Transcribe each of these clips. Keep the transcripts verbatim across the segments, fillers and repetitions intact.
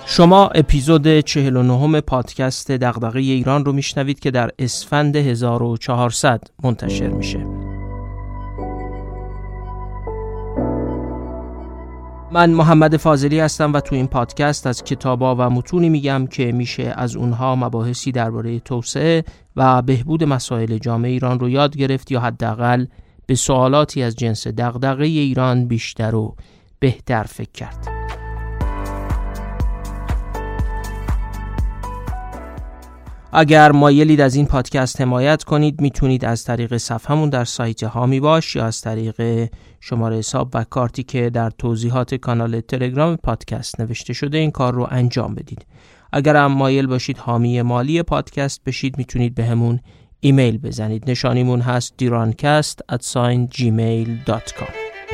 شما اپیزود چهل و نهم پادکست دغدغه ایران رو میشنوید که در اسفند هزار و چهارصد منتشر میشه. من محمد فاضلی هستم و تو این پادکست از کتابا و متونی میگم که میشه از اونها مباحثی درباره توسعه و بهبود مسائل جامعه ایران رو یاد گرفت یا حداقل به سوالاتی از جنس دغدغه ایران بیشتر و بهتر فکر کرد. اگر مایلید از این پادکست حمایت کنید میتونید از طریق صفحمون در سایت هامی باش یا از طریق شماره حساب و کارتی که در توضیحات کانال تلگرام پادکست نوشته شده این کار رو انجام بدید. اگر هم مایل باشید حامی مالی پادکست بشید میتونید به همون ایمیل بزنید. نشانیمون هست دیرانکست ات جیمیل دات کام.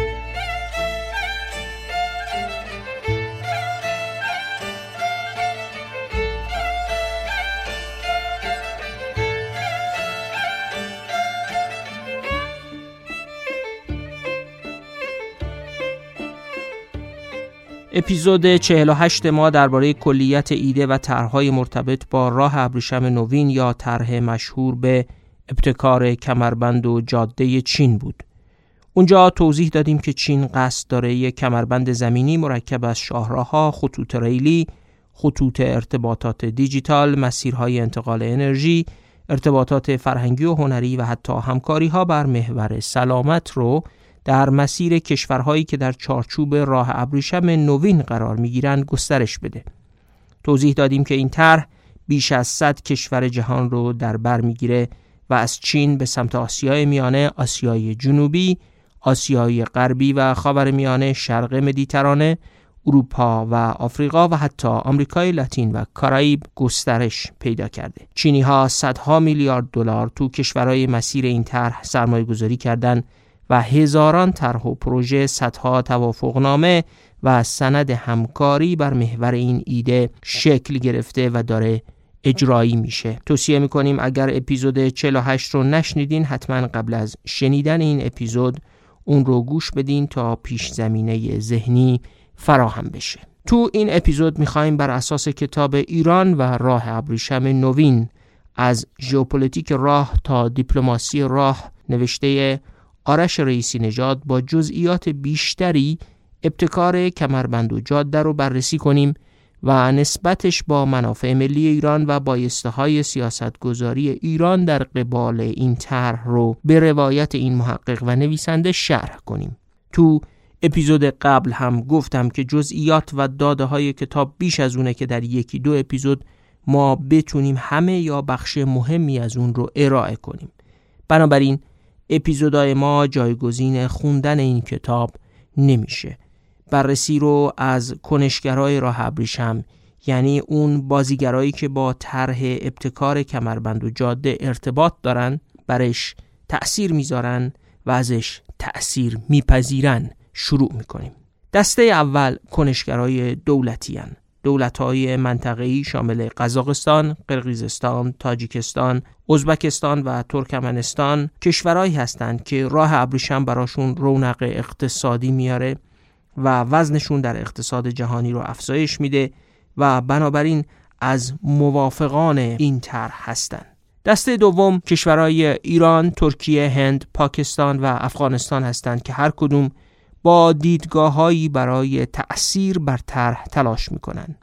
اپیزود چهل و هشت ما درباره کلیت ایده و طرح‌های مرتبط با راه ابریشم نوین یا طرح مشهور به ابتکار کمربند و جاده چین بود. اونجا توضیح دادیم که چین قصد داره یک کمربند زمینی مرکب از شاهراه‌ها، خطوط ریلی، خطوط ارتباطات دیجیتال، مسیرهای انتقال انرژی، ارتباطات فرهنگی و هنری و حتی همکاری‌ها بر محور سلامت رو در مسیر کشورهایی که در چارچوب راه ابریشم نوین قرار می‌گیرند گسترش بده. توضیح دادیم که این طرح بیش از صد کشور جهان رو در بر می‌گیره و از چین به سمت آسیای میانه، آسیای جنوبی، آسیای غربی و خاورمیانه، شرق مدیترانه، اروپا و آفریقا و حتی آمریکای لاتین و کارائیب گسترش پیدا کرده. چینی‌ها صدها میلیارد دلار تو کشورهای مسیر این طرح سرمایه‌گذاری کردند و هزاران طرح و پروژه، صدها توافقنامه و سند همکاری بر محور این ایده شکل گرفته و داره اجرایی میشه. توصیه میکنیم اگر اپیزود چهل و هشت رو نشنیدین حتما قبل از شنیدن این اپیزود اون رو گوش بدین تا پیش زمینه ذهنی فراهم بشه. تو این اپیزود میخوایم بر اساس کتاب ایران و راه ابریشم نوین از ژئوپلیتیک راه تا دیپلماسی راه نوشته آرش رئیسی نژاد با جزئیات بیشتری ابتکار کمربند و جاده رو بررسی کنیم و نسبتش با منافع ملی ایران و بایسته‌های سیاستگذاری ایران در قبال این طرح رو به روایت این محقق و نویسنده شرح کنیم. تو اپیزود قبل هم گفتم که جزئیات و داده‌های کتاب بیش از اونه که در یکی دو اپیزود ما بتونیم همه یا بخش مهمی از اون رو ارائه کنیم. بنابراین اپیزودهای ما جایگزین خوندن این کتاب نمیشه. بررسی رو از کنشگرای راه ابریشم، یعنی اون بازیگرایی که با طرح ابتکار کمربند و جاده ارتباط دارن، برش تأثیر میذارن و ازش تأثیر میپذیرن شروع میکنیم. دسته اول کنشگرای دولتی هن. دولت‌های منطقه‌ای شامل قزاقستان، قرقیزستان، تاجیکستان، ازبکستان و ترکمنستان کشورهایی هستند که راه ابریشم براشون رونق اقتصادی میاره و وزنشون در اقتصاد جهانی رو افزایش میده و بنابراین از موافقان این طرح هستند. دسته دوم کشورهای ایران، ترکیه، هند، پاکستان و افغانستان هستند که هر کدوم با دیدگاه‌هایی برای تأثیر بر طرح تلاش می‌کنند.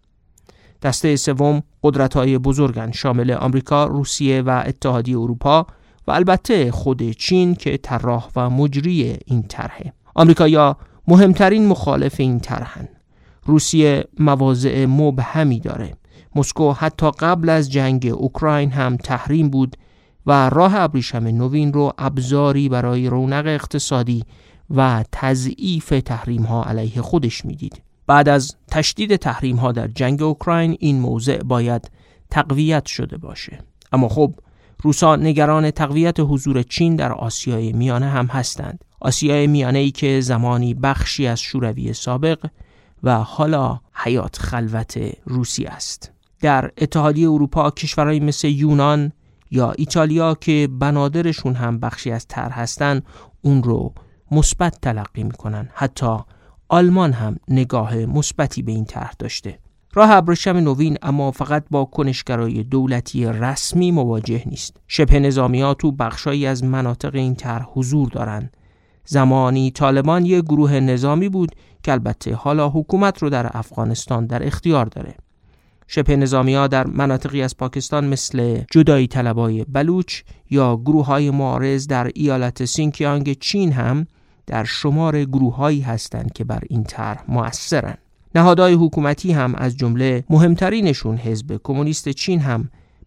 دسته سوم قدرت‌های بزرگن شامل آمریکا، روسیه و اتحادیه اروپا و البته خود چین که طراح و مجری این طرحه. آمریکایی‌ها مهمترین مخالف این طرحن. روسیه مواضع مبهمی داره. مسکو حتی قبل از جنگ اوکراین هم تحریم بود و راه ابریشم نوین رو ابزاری برای رونق اقتصادی و تضعیف تحریم ها علیه خودش میدید. بعد از تشدید تحریم ها در جنگ اوکراین این موضع باید تقویت شده باشه. اما خب روسا نگران تقویت حضور چین در آسیای میانه هم هستند. آسیای میانه‌ای که زمانی بخشی از شوروی سابق و حالا حیات خلوت روسیه است. در اتحادیه اروپا کشورهایی مثل یونان یا ایتالیا که بنادرشون هم بخشی از طرح هستن اون رو مثبت تلقی میکنن. حتی آلمان هم نگاه مثبتی به این طرح داشته. راه ابریشم نوین اما فقط با کنشگرای دولتی رسمی مواجه نیست. شبه نظامی‌ها تو بخشایی از مناطق این طرح حضور دارند. زمانی طالبان یک گروه نظامی بود که البته حالا حکومت رو در افغانستان در اختیار داره. شبه نظامی‌ها در مناطقی از پاکستان مثل جدایی طلبای بلوچ یا گروه‌های معارض در ایالت سینکیانگ چین هم در شمار گروه‌هایی هستند که بر این طرح مؤثرن. نهادهای حکومتی هم از جمله مهمترینشون حزب کمونیست چین هم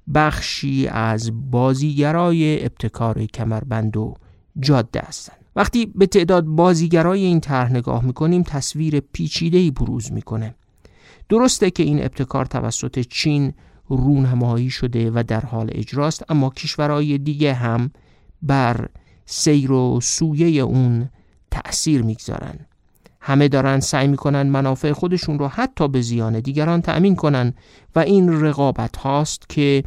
بخشی از بازیگرای ابتکار کمربند و جاده هستند. وقتی به تعداد بازیگرای این طرح نگاه میکنیم تصویر پیچیده‌ای بروز میکنه. درسته که این ابتکار توسط چین رونمایی شده و در حال اجراست، اما کشورهای دیگه هم بر سیر و سویه اون تأثیر میگذارن. همه دارن سعی میکنن منافع خودشون رو حتی به زیان دیگران تأمین کنن و این رقابت هاست که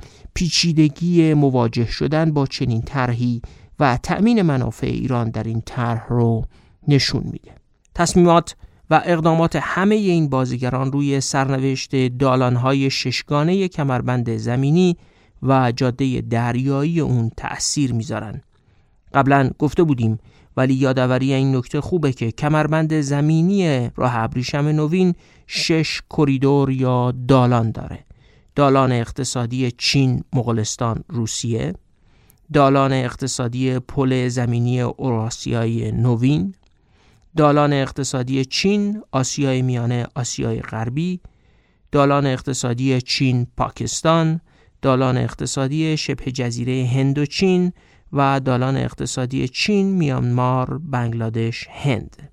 پیچیدگی مواجه شدن با چنین طرحی و تأمین منافع ایران در این طرح رو نشون میده. تصمیمات و اقدامات همه این بازیگران روی سرنوشت دالان‌های ششگانه کمربند زمینی و جاده دریایی اون تأثیر میذارن. قبلا گفته بودیم ولی یادآوری این نکته خوبه که کمربند زمینی راه ابریشم نوین شش کریدور یا دالان داره. دالان اقتصادی چین، مغولستان، روسیه، دالان اقتصادی پل زمینی اوراسیای نوین، دالان اقتصادی چین، آسیای میانه، آسیای غربی، دالان اقتصادی چین، پاکستان، دالان اقتصادی شبه جزیره هندوچین و دالان اقتصادی چین، میانمار، بنگلادش، هند.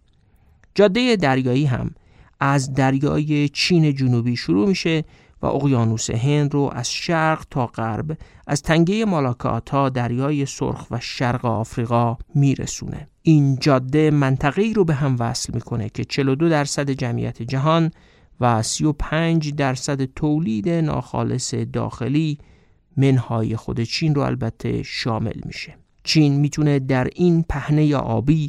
جاده دریایی هم از دریای چین جنوبی شروع میشه و اقیانوس هند رو از شرق تا غرب، از تنگه مالاکا تا دریای سرخ و شرق آفریقا میرسونه. این جاده منطقه‌ای رو به هم وصل میکنه که چهل و دو درصد جمعیت جهان و سی و پنج درصد تولید ناخالص داخلی منهای خود چین رو البته شامل میشه. چین میتونه در این پهنه آبی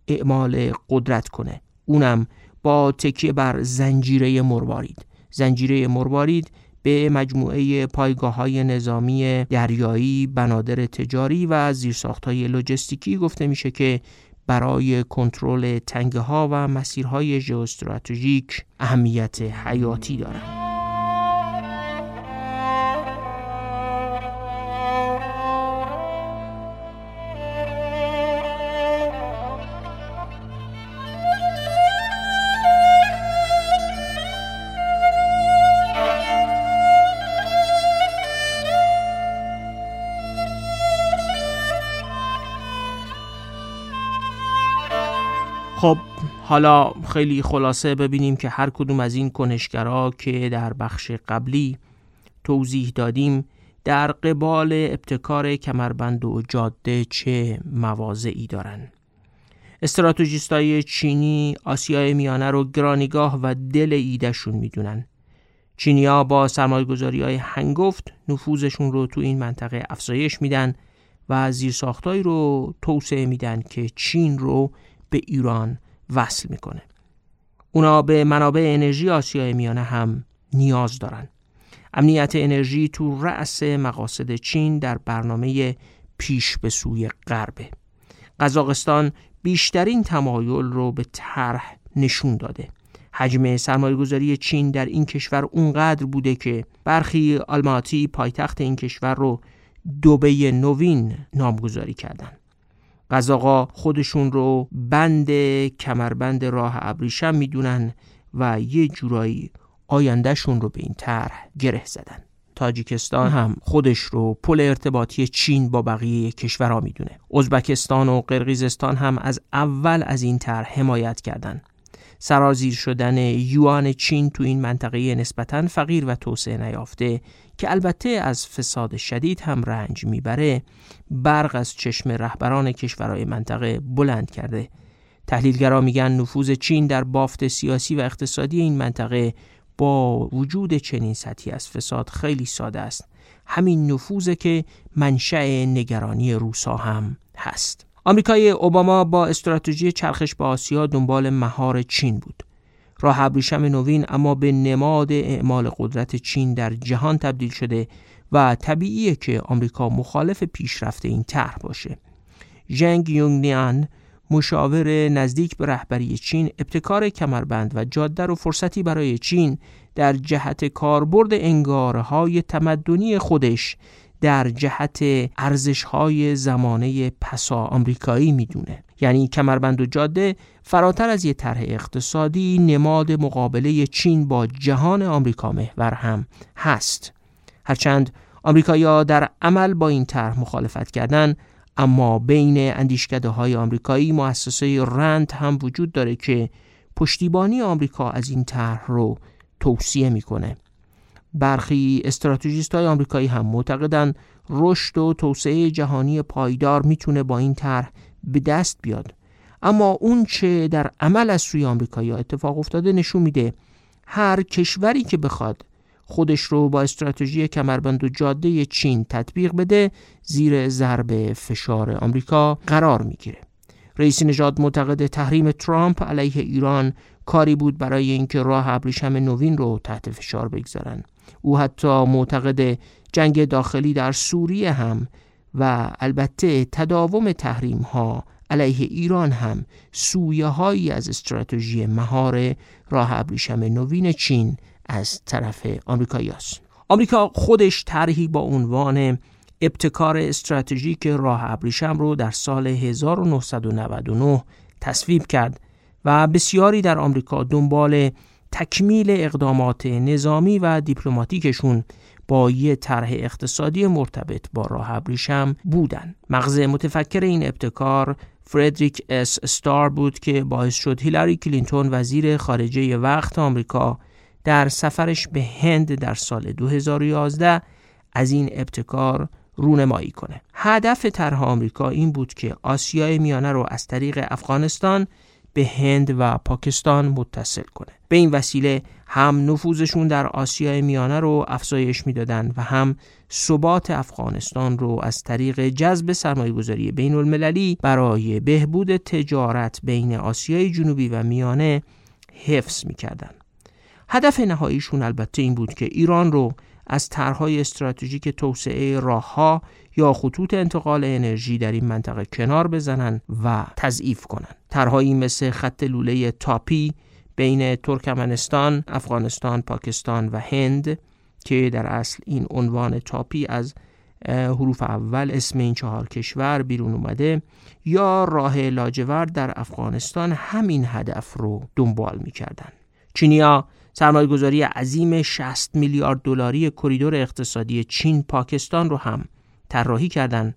اعمال قدرت کنه، اونم با تکیه بر زنجیره مروارید. زنجیره مروارید به مجموعه پایگاه‌های نظامی دریایی، بنادر تجاری و زیرساخت‌های لوجستیکی گفته میشه که برای کنترل تنگه‌ها و مسیرهای ژئواستراتژیک اهمیت حیاتی دارند. خب حالا خیلی خلاصه ببینیم که هر کدوم از این کنشگرها که در بخش قبلی توضیح دادیم در قبال ابتکار کمربند و جاده چه مواضعی دارن. استراتژیستای چینی آسیای میانه رو گرانیگاه و دل ایدهشون میدونن. چینی‌ها با سرمایه‌گذاری‌های هنگفت نفوذشون رو تو این منطقه افزایش میدن و زیرساختایی رو توسعه میدن که چین رو به ایران وصل میکنه. اونا به منابع انرژی آسیای میانه هم نیاز دارن. امنیت انرژی تو رأس مقاصد چین در برنامه پیش به سوی غربه. قزاقستان بیشترین تمایل رو به طرح نشون داده. حجم سرمایه‌گذاری چین در این کشور اونقدر بوده که برخی آلماتی پایتخت این کشور رو دبی نوین نامگذاری کردن. قزاقا خودشون رو بند کمربند راه ابریشم میدونن و یه جورایی آیندهشون رو به این طرح گره زدن. تاجیکستان هم خودش رو پل ارتباطی چین با بقیه کشورها میدونه. ازبکستان و قرقیزستان هم از اول از این طرح حمایت کردن. سرازیر شدن یوان چین تو این منطقه نسبتاً فقیر و توسعه نیافته که البته از فساد شدید هم رنج میبره، برق از چشم رهبران کشورهای منطقه بلند کرده. تحلیلگران میگن نفوذ چین در بافت سیاسی و اقتصادی این منطقه با وجود چنین سطحی از فساد خیلی ساده است. همین نفوذه که منشأ نگرانی روسا هم هست. آمریکای اوباما با استراتژی چرخش به آسیا دنبال مهار چین بود. راه ابریشم نوین اما به نماد اعمال قدرت چین در جهان تبدیل شده و طبیعیه که آمریکا مخالف پیشرفت این طرح باشه. ژنگ یونگنیان، مشاور نزدیک به رهبری چین، ابتکار کمربند و جاده رو فرصتی برای چین در جهت کاربرد انگارهای تمدنی خودش در جهت ارزش‌های زمانه پسا آمریکایی میدونه. یعنی کمربند و جاده فراتر از یک طرح اقتصادی نماد مقابله چین با جهان آمریکا محور هم هست. هرچند آمریکایی‌ها در عمل با این طرح مخالفت کردن، اما بین اندیشکده‌های آمریکایی مؤسسه رند هم وجود داره که پشتیبانی آمریکا از این طرح رو توصیه میکنه. برخی استراتژیست‌های آمریکایی هم معتقدن رشد و توسعه جهانی پایدار میتونه با این طرح به دست بیاد، اما اون چه در عمل از سوی آمریکایی‌ها اتفاق افتاده نشون میده هر کشوری که بخواد خودش رو با استراتژی کمربند و جاده چین تطبیق بده زیر ضرب فشار آمریکا قرار میگیره. رئیس نژاد معتقد تحریم ترامپ علیه ایران کاری بود برای اینکه راه ابریشم نوین رو تحت فشار بگذارن. او حتی معتقد جنگ داخلی در سوریه هم و البته تداوم تحریم ها علیه ایران هم سویه هایی از استراتژی مهار راه ابریشم نوین چین از طرف آمریکایی است. آمریکا خودش طرحی با عنوان ابتکار استراتژیک راه ابریشم رو در سال هزار و نهصد و نود و نه تصویب کرد و بسیاری در آمریکا دنبال تکمیل اقدامات نظامی و دیپلماتیکشون با یه طرح اقتصادی مرتبط با راه ابریشم بودن. مغز متفکر این ابتکار فردریک اس استار بود که باعث شد هیلاری کلینتون وزیر خارجه وقت آمریکا در سفرش به هند در سال دو هزار و یازده از این ابتکار رونمایی کنه. هدف طرح آمریکا این بود که آسیای میانه رو از طریق افغانستان به هند و پاکستان متصل کنه. به این وسیله هم نفوذشون در آسیای میانه رو افزایش میدادن و هم ثبات افغانستان رو از طریق جذب سرمایه‌گذاری بین المللی برای بهبود تجارت بین آسیای جنوبی و میانه حفظ میکردن. هدف نهاییشون البته این بود که ایران رو از طرح‌های استراتژیک توسعه راه‌ها یا خطوط انتقال انرژی در این منطقه کنار بزنن و تضعیف کنن. طرح‌هایی مثل خط لوله تاپی بین ترکمنستان، افغانستان، پاکستان و هند که در اصل این عنوان تاپی از حروف اول اسم این چهار کشور بیرون اومده، یا راه لاجورد در افغانستان همین هدف رو دنبال می‌کردن. چینی‌ها سرمایه‌گذاری عظیم شصت میلیارد دلاری کریدور اقتصادی چین پاکستان رو هم طراحی کردن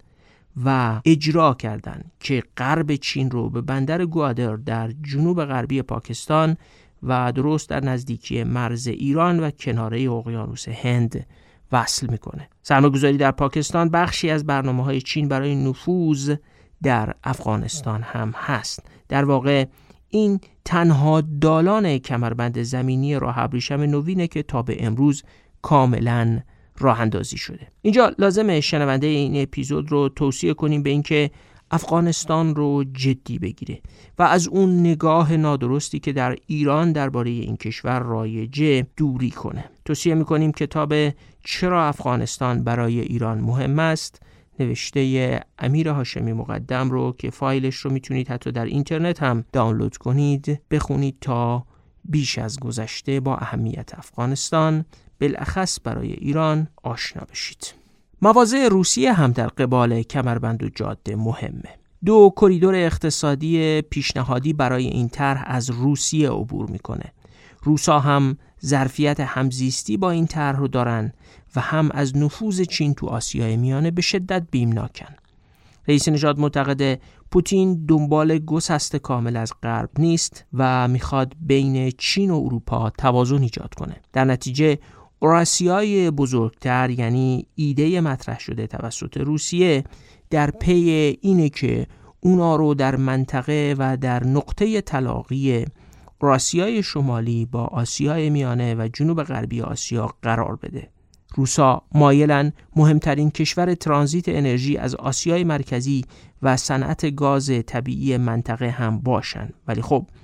و اجرا کردن که غرب چین رو به بندر گوادر در جنوب غربی پاکستان و درست در نزدیکی مرز ایران و کناره اقیانوس هند وصل میکنه. سرمایه‌گذاری در پاکستان بخشی از برنامه‌های چین برای نفوذ در افغانستان هم هست. در واقع این تنها دالان کمربند زمینی راه ابریشم نوینه که تا به امروز کاملاً راه اندازی شده. اینجا لازمه شنونده این اپیزود رو توصیه کنیم به اینکه افغانستان رو جدی بگیره و از اون نگاه نادرستی که در ایران درباره این کشور رایجه دوری کنه. توصیه میکنیم کتاب چرا افغانستان برای ایران مهم است نوشته امیر هاشمی مقدم رو که فایلش رو میتونید حتی در اینترنت هم دانلود کنید بخونید تا بیش از گذشته با اهمیت افغانستان بالاخص برای ایران آشنا بشید. مواضع روسیه هم در قبال کمربند و جاده مهمه. دو کریدور اقتصادی پیشنهادی برای این طرح از روسیه عبور میکنه. روسا هم ظرفیت همزیستی با این طرح رو دارن و هم از نفوذ چین تو آسیای میانه به شدت بیمناکن. رئیس نژاد معتقد پوتین دنبال گسست کامل از غرب نیست و میخواد بین چین و اروپا توازن ایجاد کنه. در نتیجه اوراسیای بزرگتر، یعنی ایده مطرح شده توسط روسیه، در پی اینه که اونا رو در منطقه و در نقطه تلاقی اوراسیای شمالی با آسیای میانه و جنوب غربی آسیا قرار بده. روسا مایلن مهمترین کشور ترانزیت انرژی از آسیای مرکزی و صنعت گاز طبیعی منطقه هم باشن، ولی خب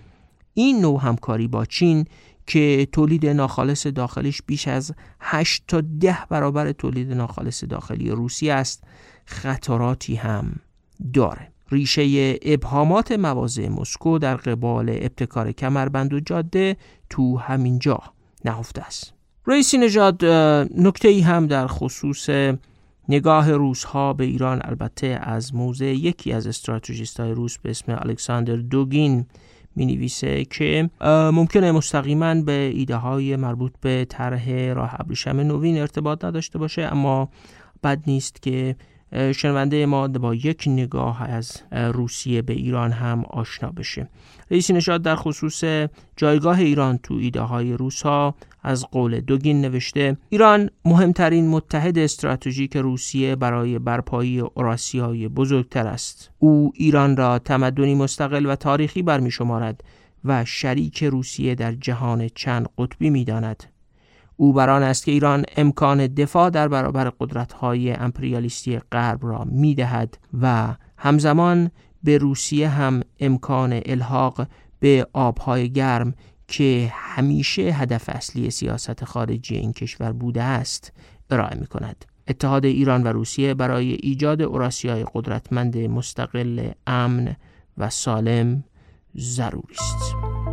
این نوع همکاری با چین که تولید ناخالص داخلیش بیش از هشت تا ده برابر تولید ناخالص داخلی روسیه است، خطراتی هم داره. ریشه ابهامات مواضع مسکو در قبال ابتکار کمربند و جاده تو همین جا نهفته است. رئیسی نژاد نکته‌ای هم در خصوص نگاه روس‌ها به ایران البته از موضع یکی از استراتژیست‌های روس به اسم الکساندر دوگین می‌نویسه که ممکنه مستقیما به ایده‌های مربوط به طرح راه ابریشم نوین ارتباط نداشته باشه، اما بد نیست که شنونده ما با یک نگاه از روسیه به ایران هم آشنا بشه. رئیسی نژاد در خصوص جایگاه ایران تو ایده های روس‌ها از قول دوگین نوشته: ایران مهمترین متحد استراتژیک روسیه برای برپایی اوراسیای بزرگتر است. او ایران را تمدنی مستقل و تاریخی برمی شمارد و شریک روسیه در جهان چند قطبی می داند. او بران است که ایران امکان دفاع در برابر قدرت‌های امپریالیستی غرب را می‌دهد و همزمان به روسیه هم امکان الحاق به آب‌های گرم که همیشه هدف اصلی سیاست خارجی این کشور بوده است ارائه می‌کند. اتحاد ایران و روسیه برای ایجاد اوراسیای قدرتمند مستقل، امن و سالم ضروری است.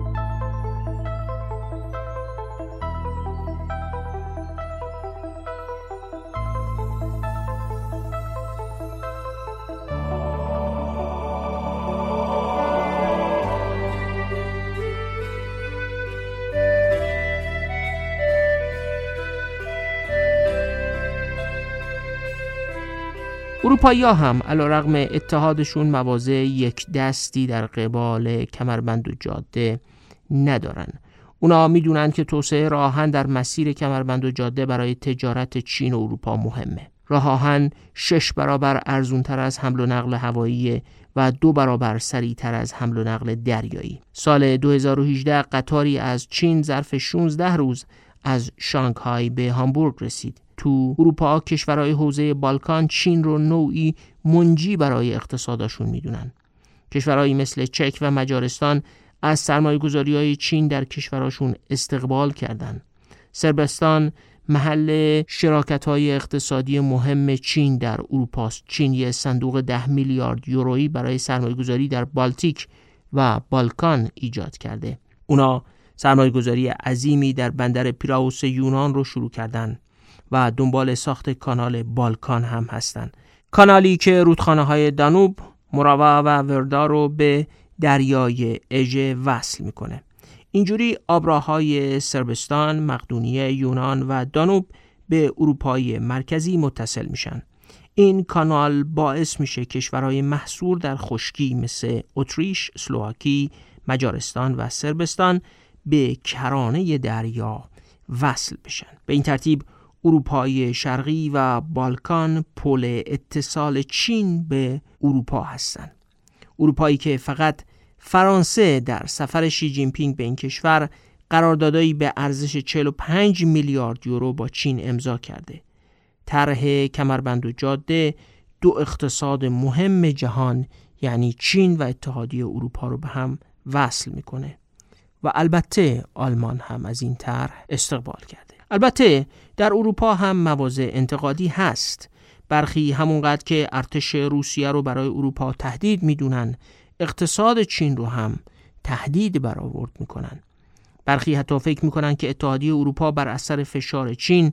اروپایی‌ها هم علیرغم اتحادشون مواضع یک دستی در قبال کمربند و جاده ندارن. اونا میدونن که توسعه راه آهن در مسیر کمربند و جاده برای تجارت چین و اروپا مهمه. راه آهن شش برابر ارزونتر از حمل و نقل هوایی و دو برابر سریعتر از حمل و نقل دریایی. سال دو هزار و هجده قطاری از چین ظرف شانزده روز از شانگهای به هامبورگ رسید. تو اروپا کشورهای حوزه بالکان چین رو نوعی منجی برای اقتصادشون میدونن. کشورهایی مثل چک و مجارستان از سرمایه‌گذاری‌های چین در کشوراشون استقبال کردند. صربستان محل شراکت‌های اقتصادی مهم چین در اروپا است. چین یک صندوق ده میلیارد یورویی برای سرمایه‌گذاری در بالتیک و بالکان ایجاد کرده. اونا سرمایه‌گذاری عظیمی در بندر پیراوس یونان رو شروع کردن و دنبال ساخت کانال بالکان هم هستن. کانالی که رودخانه‌های دانوب، موراوا و وردا رو به دریای اژه وصل میکنه. اینجوری آبراهای صربستان، مقدونیه، یونان و دانوب به اروپای مرکزی متصل میشن. این کانال باعث میشه کشورهای محصور در خشکی مثل اتریش، اسلواکی، مجارستان و صربستان به کرانه دریا وصل بشن. به این ترتیب اروپای شرقی و بالکان پل اتصال چین به اروپا هستند. اروپایی که فقط فرانسه در سفر شی جین پینگ به این کشور قراردادایی به ارزش چهل و پنج میلیارد یورو با چین امضا کرده. طرح کمربند و جاده دو اقتصاد مهم جهان یعنی چین و اتحادیه اروپا رو به هم وصل میکنه و البته آلمان هم از این طرح استقبال کرده. البته در اروپا هم مواضع انتقادی هست. برخی همونقدر که ارتش روسیه رو برای اروپا تهدید میدونن، اقتصاد چین رو هم تهدید برآورد میکنن. برخی حتی فکر میکنن که اتحادیه اروپا بر اثر فشار چین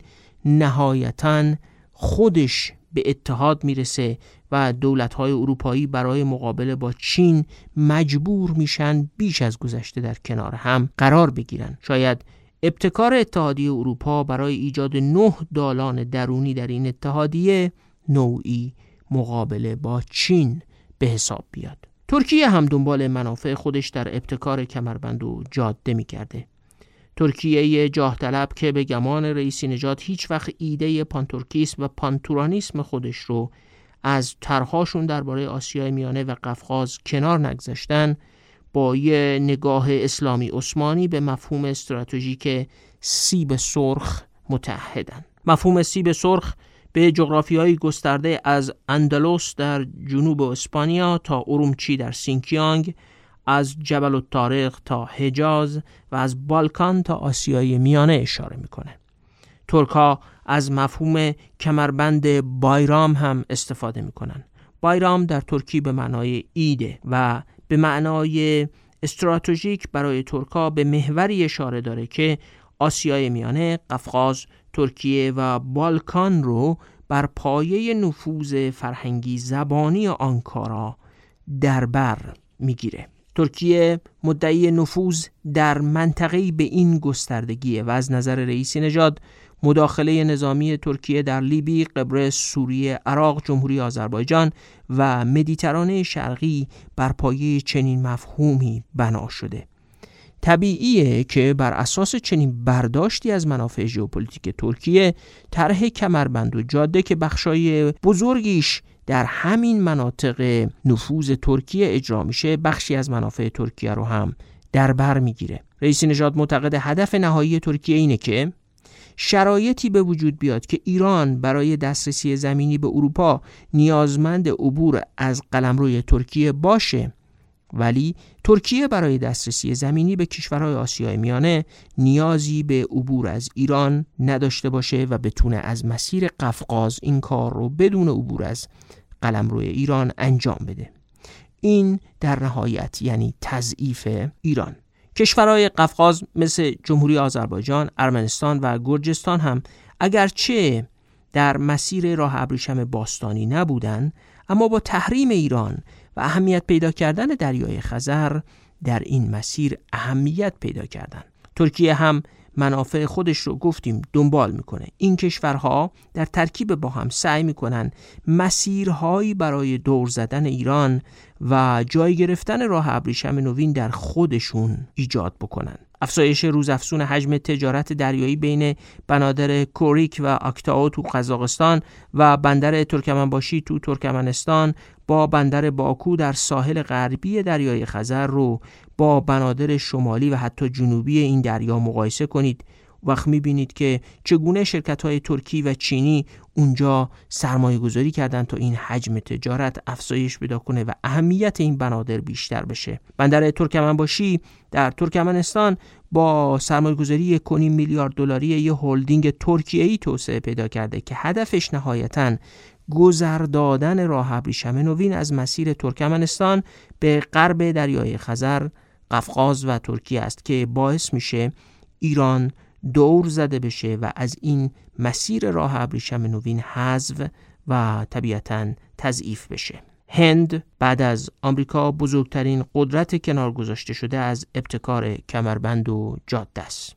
نهایتاً خودش به اتحاد میرسه و دولت‌های اروپایی برای مقابله با چین مجبور میشن بیش از گذشته در کنار هم قرار بگیرن. شاید ابتکار اتحادیه اروپا برای ایجاد نه دالان درونی در این اتحادیه نوعی مقابله با چین به حساب بیاد. ترکیه هم دنبال منافع خودش در ابتکار کمربند و جاده می‌گرده. ترکیه جاه طلب که به گمان رئیسی نژاد هیچ وقت ایده پانترکیسم و پانتورانیسم خودش رو از طرح‌هاشون درباره آسیای میانه و قفقاز کنار نگذاشتن، با یه نگاه اسلامی عثمانی به مفهوم استراتژیک سیب سرخ متحدن. مفهوم سیب سرخ به جغرافیای گسترده از اندلس در جنوب اسپانیا تا ارومچی در سینکیانگ، از جبل الطارق تا حجاز و از بالکان تا آسیای میانه اشاره میکنه. ترک‌ها از مفهوم کمربند بایرام هم استفاده میکنن. بایرام در ترکی به معنای ایده و به معنای استراتژیک برای ترک‌ها به محوری اشاره داره که آسیای میانه، قفقاز، ترکیه و بالکان رو بر پایه نفوذ فرهنگی زبانی آنکارا در بر میگیره. ترکیه مدعی نفوذ در منطقه‌ای به این گستردگیه و از نظر رئیسی نژاد مداخله نظامی ترکیه در لیبی، قبرس، سوریه، عراق، جمهوری آذربایجان و مدیترانه شرقی بر پایه چنین مفهومی بنا شده. طبیعیه که بر اساس چنین برداشتی از منافع ژئوپلیتیک ترکیه، طرح کمربند و جاده که بخشای بزرگیش در همین مناطق نفوذ ترکیه اجرا میشه، بخشی از منافع ترکیه رو هم در بر میگیره. رئیسی نژاد معتقد هدف نهایی ترکیه اینه که شرایطی به وجود بیاد که ایران برای دسترسی زمینی به اروپا نیازمند عبور از قلمروی ترکیه باشه، ولی ترکیه برای دسترسی زمینی به کشورهای آسیای میانه نیازی به عبور از ایران نداشته باشه و بتونه از مسیر قفقاز این کار رو بدون عبور از قلمروی ایران انجام بده. این در نهایت یعنی تضعیف ایران. کشورهای قفقاز مثل جمهوری آذربایجان، ارمنستان و گرجستان هم اگرچه در مسیر راه ابریشم باستانی نبودن، اما با تحریم ایران و اهمیت پیدا کردن دریای خزر در این مسیر اهمیت پیدا کردن. ترکیه هم منافع خودش رو گفتیم دنبال میکنه. این کشورها در ترکیب با هم سعی میکنن مسیرهایی برای دور زدن ایران و جای گرفتن راه ابریشم نوین در خودشون ایجاد بکنن. افزایش روزافزون حجم تجارت دریایی بین بنادر کوریک و آکتائو تو قزاقستان و بندر ترکمنباشی تو ترکمنستان با بندر باکو در ساحل غربی دریای خزر رو با بنادر شمالی و حتی جنوبی این دریا مقایسه کنید. وقت میبینید که چگونه شرکت‌های ترکی و چینی اونجا سرمایه گذاری کردن تا این حجم تجارت افزایش پیدا کنه و اهمیت این بنادر بیشتر بشه. بندر ترکمنباشی در ترکمنستان با سرمایه گذاری یک و نیم میلیارد دلاری یه هلدینگ ترکیه‌ای توسعه پیدا کرده که هدفش نهایتاً گذر دادن راه ابریشم نوین از مسیر ترکمنستان به غرب دریای خزر، قفقاز و ترکیه است که باعث میشه ایران دور زده بشه و از این مسیر راه ابریشم نوین حذف و طبیعتاً تضعیف بشه. هند بعد از آمریکا بزرگترین قدرت کنار گذاشته شده از ابتکار کمربند و جاده است.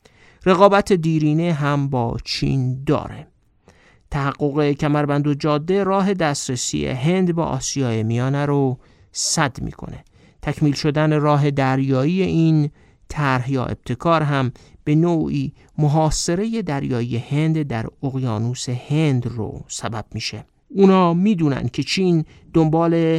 رقابت دیرینه هم با چین داره. تحقق کمربند و جاده راه دسترسی هند با آسیای میانه رو سد میکنه. تکمیل شدن راه دریایی این طرح یا ابتکار هم به نوعی محاصره دریایی هند در اقیانوس هند رو سبب میشه. اونا میدونن که چین دنبال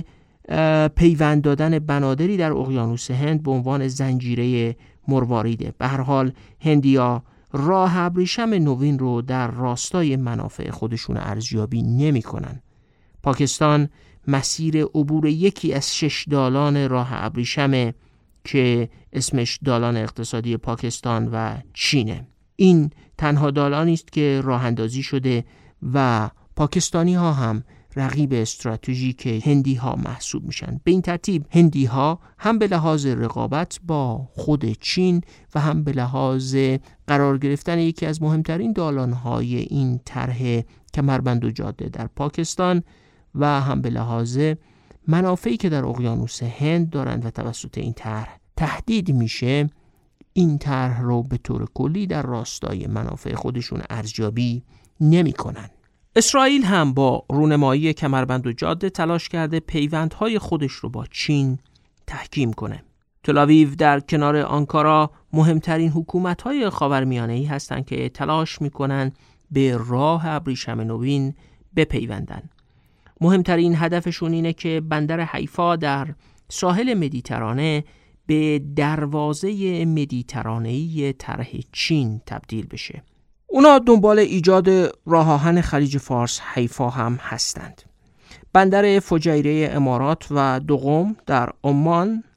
پیوند دادن بنادری در اقیانوس هند به عنوان زنجیره مرواریده. به هر حال هندیا راه ابریشم نوین رو در راستای منافع خودشون ارزیابی نمی کنن. پاکستان مسیر عبور یکی از شش دالان راه ابریشم که اسمش دالان اقتصادی پاکستان و چینه. این تنها دالانی است که راه اندازی شده و پاکستانی ها هم رقیب استراتژیک هندی ها محسوب میشن. به این ترتیب هندی ها هم به لحاظ رقابت با خود چین و هم به لحاظ قرار گرفتن یکی از مهمترین دالان های این طرح کمربند و جاده در پاکستان و هم به لحاظ منافعی که در اقیانوس هند دارند و توسط این طرح تهدید میشه، این طرح رو به طور کلی در راستای منافع خودشون ارزیابی نمی کنن. اسرائیل هم با رونمایی کمربند و جاده تلاش کرده پیوندهای خودش رو با چین تحکیم کنه. تل‌آویو در کنار آنکارا مهمترین حکومت‌های خاورمیانه‌ای هستند که تلاش می‌کنن به راه ابریشم نوین بپیوندن. مهمترین هدفشون اینه که بندر حیفا در ساحل مدیترانه به دروازه مدیترانه‌ای طرح چین تبدیل بشه. اونا دنبال ایجاد راه آهن خلیج فارس حیفا هم هستند. بندر فجیره امارات و دقم در عمان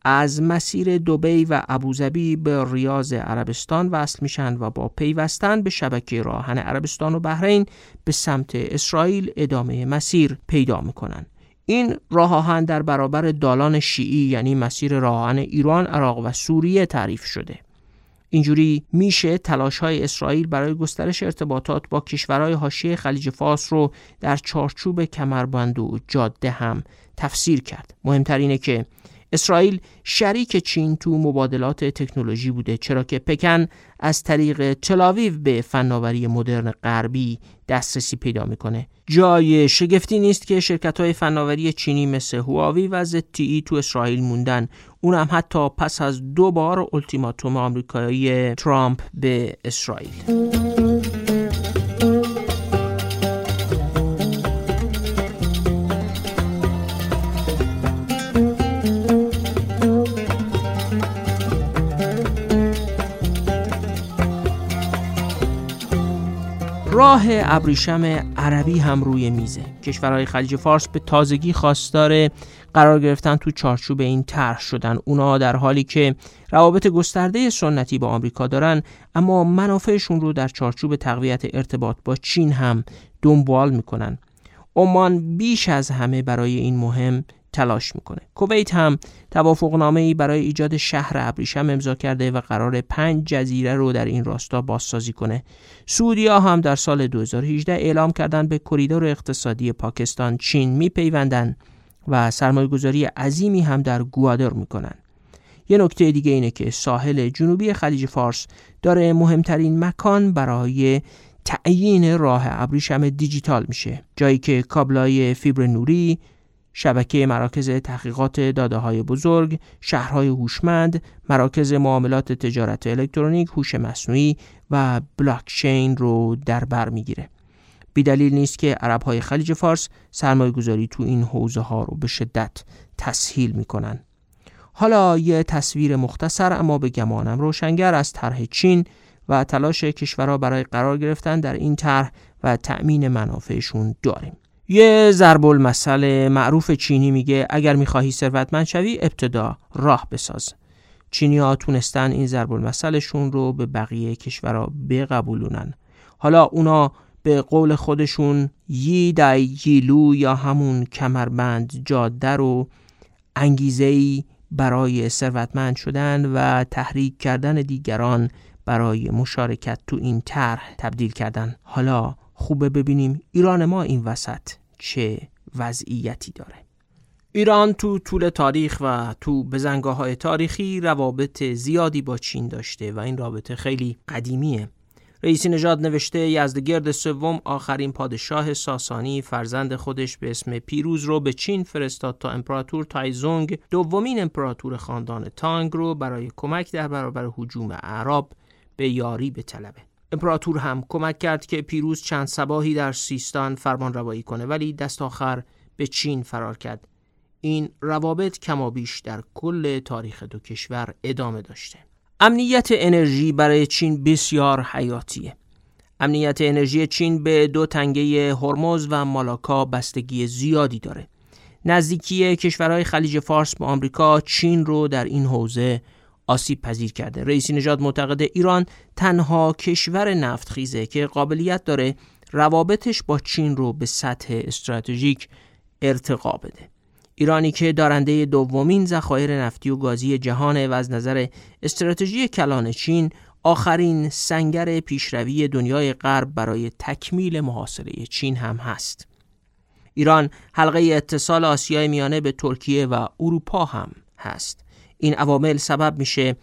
از مسیر دبی و ابوظبی به ریاض عربستان وصل میشن و با پیوستن به شبکه راهن عربستان و بحرین به سمت اسرائیل ادامه مسیر پیدا میکنن. این راه آهن در برابر دالان شیعی یعنی مسیر راه آهن ایران، عراق و سوریه تعریف شده. اینجوری میشه تلاش‌های اسرائیل برای گسترش ارتباطات با کشورهای حاشیه خلیج فارس رو در چارچوب کمربند و جاده هم تفسیر کرد. مهمتر اینه که اسرائیل شریک چین تو مبادلات تکنولوژی بوده، چرا که پکن از طریق تل‌آویو به فناوری مدرن غربی دسترسی پیدا میکنه. جای شگفتی نیست که شرکت‌های فناوری چینی مثل هواوی و زد تی ای تو اسرائیل موندن، اونم حتی پس از دو بار اولتیماتوم آمریکایی ترامپ به اسرائیل. راه ابریشم عربی هم روی میزه. کشورهای خلیج فارس به تازگی خواستار قرار گرفتن تو چارچوب این طرح شدن. اونا در حالی که روابط گسترده سنتی با آمریکا دارن، اما منافعشون رو در چارچوب تقویت ارتباط با چین هم دنبال میکنن. عمان بیش از همه برای این مهم تلاش میکنه. کویت هم توافقنامه‌ای برای ایجاد شهر ابریشم امضا کرده و قرار پنج جزیره رو در این راستا بازسازی کنه. سعودی‌ها هم در سال دو هزار و هجده اعلام کردن به کریدور اقتصادی پاکستان چین میپیوندن و سرمایه‌گذاری عظیمی هم در گوادر میکنن. یه نکته دیگه اینه که ساحل جنوبی خلیج فارس داره مهمترین مکان برای تعیین راه ابریشم دیجیتال میشه، جایی که کابل‌های فیبر نوری، شبکه مراکز تحقیقات داده‌های بزرگ، شهرهای هوشمند، مراکز معاملات تجارت الکترونیک، هوش مصنوعی و بلاکچین رو در بر میگیره. بی‌دلیل نیست که عرب‌های خلیج فارس سرمایه‌گذاری تو این حوزه‌ها رو به شدت تسهیل میکنن. حالا یه تصویر مختصر اما به گمانم روشنگر از طرح چین و تلاش کشورها برای قرار گرفتن در این طرح و تأمین منافعشون داریم. یه ضرب المثل معروف چینی میگه اگر میخواهی ثروتمند شوی ابتدا راه بساز. چینی‌ها تونستن این ضرب المثلشون رو به بقیه کشورها بقبولونن. حالا اونا به قول خودشون یی دای ییلو یا همون کمربند جاده رو انگیزه‌ای برای ثروتمند شدن و تحریک کردن دیگران برای مشارکت تو این طرح تبدیل کردن. حالا خوبه ببینیم ایران ما این وسط چه وضعیتی داره. ایران تو طول تاریخ و تو بزنگاه‌های تاریخی روابط زیادی با چین داشته و این رابطه خیلی قدیمیه. رئیسی نژاد نوشته یزدگرد سوم آخرین پادشاه ساسانی فرزند خودش به اسم پیروز رو به چین فرستاد تا امپراتور تایزونگ دومین امپراتور خاندان تانگ رو برای کمک در برابر هجوم اعراب به یاری بطلبه. امپراتور هم کمک کرد که پیروز چند صباحی در سیستان فرمان روایی کنه، ولی دست آخر به چین فرار کرد. این روابط کمابیش در کل تاریخ دو کشور ادامه داشته. امنیت انرژی برای چین بسیار حیاتیه. امنیت انرژی چین به دو تنگه هرمز و مالاکا بستگی زیادی داره. نزدیکی کشورهای خلیج فارس به آمریکا چین رو در این حوزه آسیب پذیر کرده. رئیسی نژاد معتقد ایران تنها کشور نفتخیزه که قابلیت داره روابطش با چین رو به سطح استراتژیک ارتقا بده. ایرانی که دارنده دومین ذخایر نفتی و گازی جهانه و از نظر استراتژی کلان چین آخرین سنگر پیشروی دنیای غرب برای تکمیل محاصره چین هم هست. ایران حلقه اتصال آسیای میانه به ترکیه و اروپا هم هست. این عوامل سبب میشه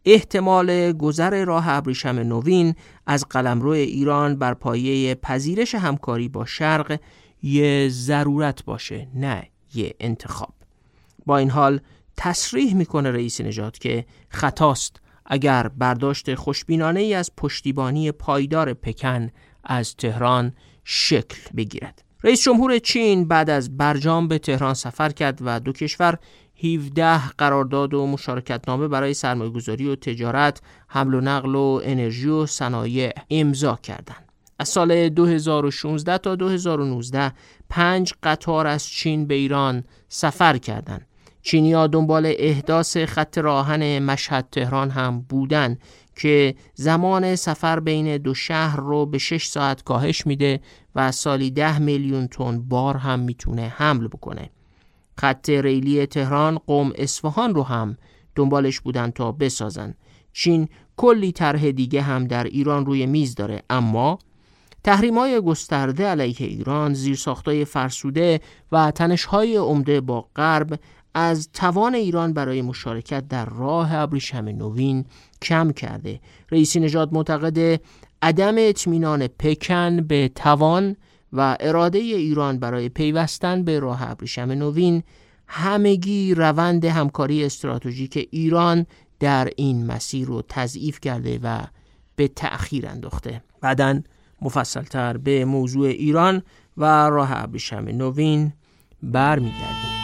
احتمال گذر راه ابریشم نوین از قلمرو ایران بر پایه پذیرش همکاری با شرق یه ضرورت باشه، نه یه انتخاب. با این حال تصریح میکنه رئیس نژاد که خطاست اگر برداشت خوشبینانه ای از پشتیبانی پایدار پکن از تهران شکل بگیرد. رئیس جمهور چین بعد از برجام به تهران سفر کرد و دو کشور هفده قرارداد و مشارکتنامه برای سرمایه‌گذاری و تجارت، حمل و نقل و انرژی و صنایع امضا کردند. از سال دو هزار و شانزده تا دو هزار و نوزده پنج قطار از چین به ایران سفر کردند چینی‌ها دنبال احداث خط راهن مشهد تهران هم بودن که زمان سفر بین دو شهر رو به شش ساعت کاهش میده و سالی ده میلیون تن بار هم میتونه حمل بکنه. خط ریلی تهران قم اصفهان رو هم دنبالش بودن تا بسازن. چین کلی طرح دیگه هم در ایران روی میز داره، اما تحریم‌های گسترده علیه ایران، زیرساخت‌های فرسوده و تنش‌های عمده با غرب از توان ایران برای مشارکت در راه ابریشم نوین کم کرده. رئیسی نژاد معتقد عدم اطمینان پکن به توان و اراده ایران برای پیوستن به راه ابریشم نوین همگی روند همکاری استراتژیک ایران در این مسیر رو تضعیف کرده و به تأخیر انداخته. بعداً مفصل‌تر به موضوع ایران و راه ابریشم نوین برمیگردیم.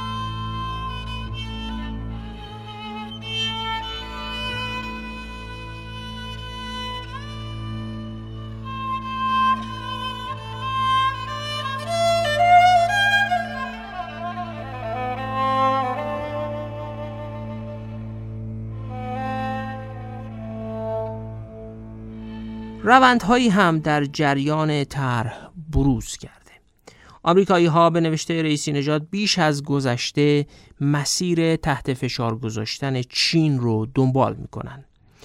روندهایی هم در جریان طرح بروز کرده. آمریکایی ها به نوشته رئیسی نژاد بیش از گذشته مسیر تحت فشار گذاشتن چین رو دنبال میکنن.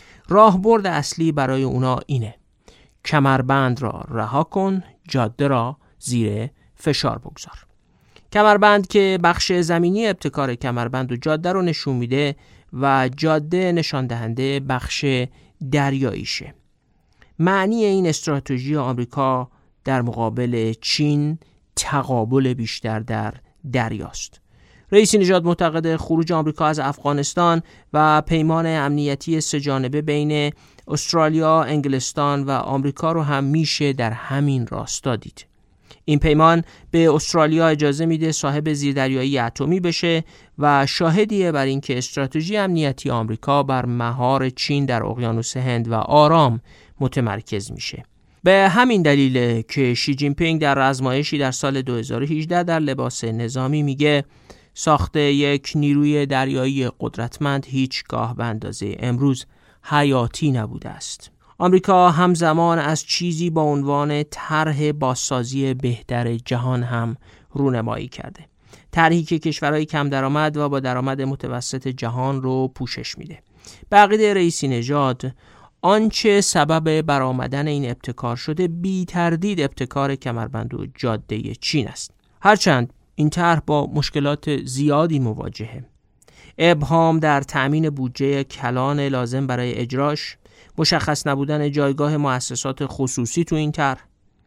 راهبرد اصلی برای اونا اینه: کمربند را رها کن، جاده را زیر فشار بگذار. کمربند که بخش زمینی ابتکار کمربند و جاده رو نشون میده و جاده نشان دهنده بخش دریاییشه. معنی این استراتژی آمریکا در مقابل چین تقابل بیشتر در دریاست. رئیسی نژاد معتقد خروج آمریکا از افغانستان و پیمان امنیتی سه‌جانبه بین استرالیا، انگلستان و آمریکا رو هم میشه در همین راستا دید. این پیمان به استرالیا اجازه میده صاحب زیردریایی اتمی بشه و شاهدیه بر اینکه استراتژی امنیتی آمریکا بر مهار چین در اقیانوس هند و آرام متمرکز میشه. به همین دلیله که شی جین پینگ در آزمایشی در سال دو هزار و هجده در لباس نظامی میگه ساخت یک نیروی دریایی قدرتمند هیچگاه به اندازه امروز حیاتی نبوده است. آمریکا همزمان از چیزی با عنوان طرح بازسازی بهتر جهان هم رونمایی کرده. طرحی که کشورهای کم درآمد و با درآمد متوسط جهان رو پوشش میده. به عقیده رئیسی نژاد آنچه سبب برآمدن این ابتکار شده بی تردید ابتکار کمربند و جاده چین است. هرچند این طرح با مشکلات زیادی مواجهه. ابهام در تأمین بودجه کلان لازم برای اجراش، مشخص نبودن جایگاه مؤسسات خصوصی تو این طرح،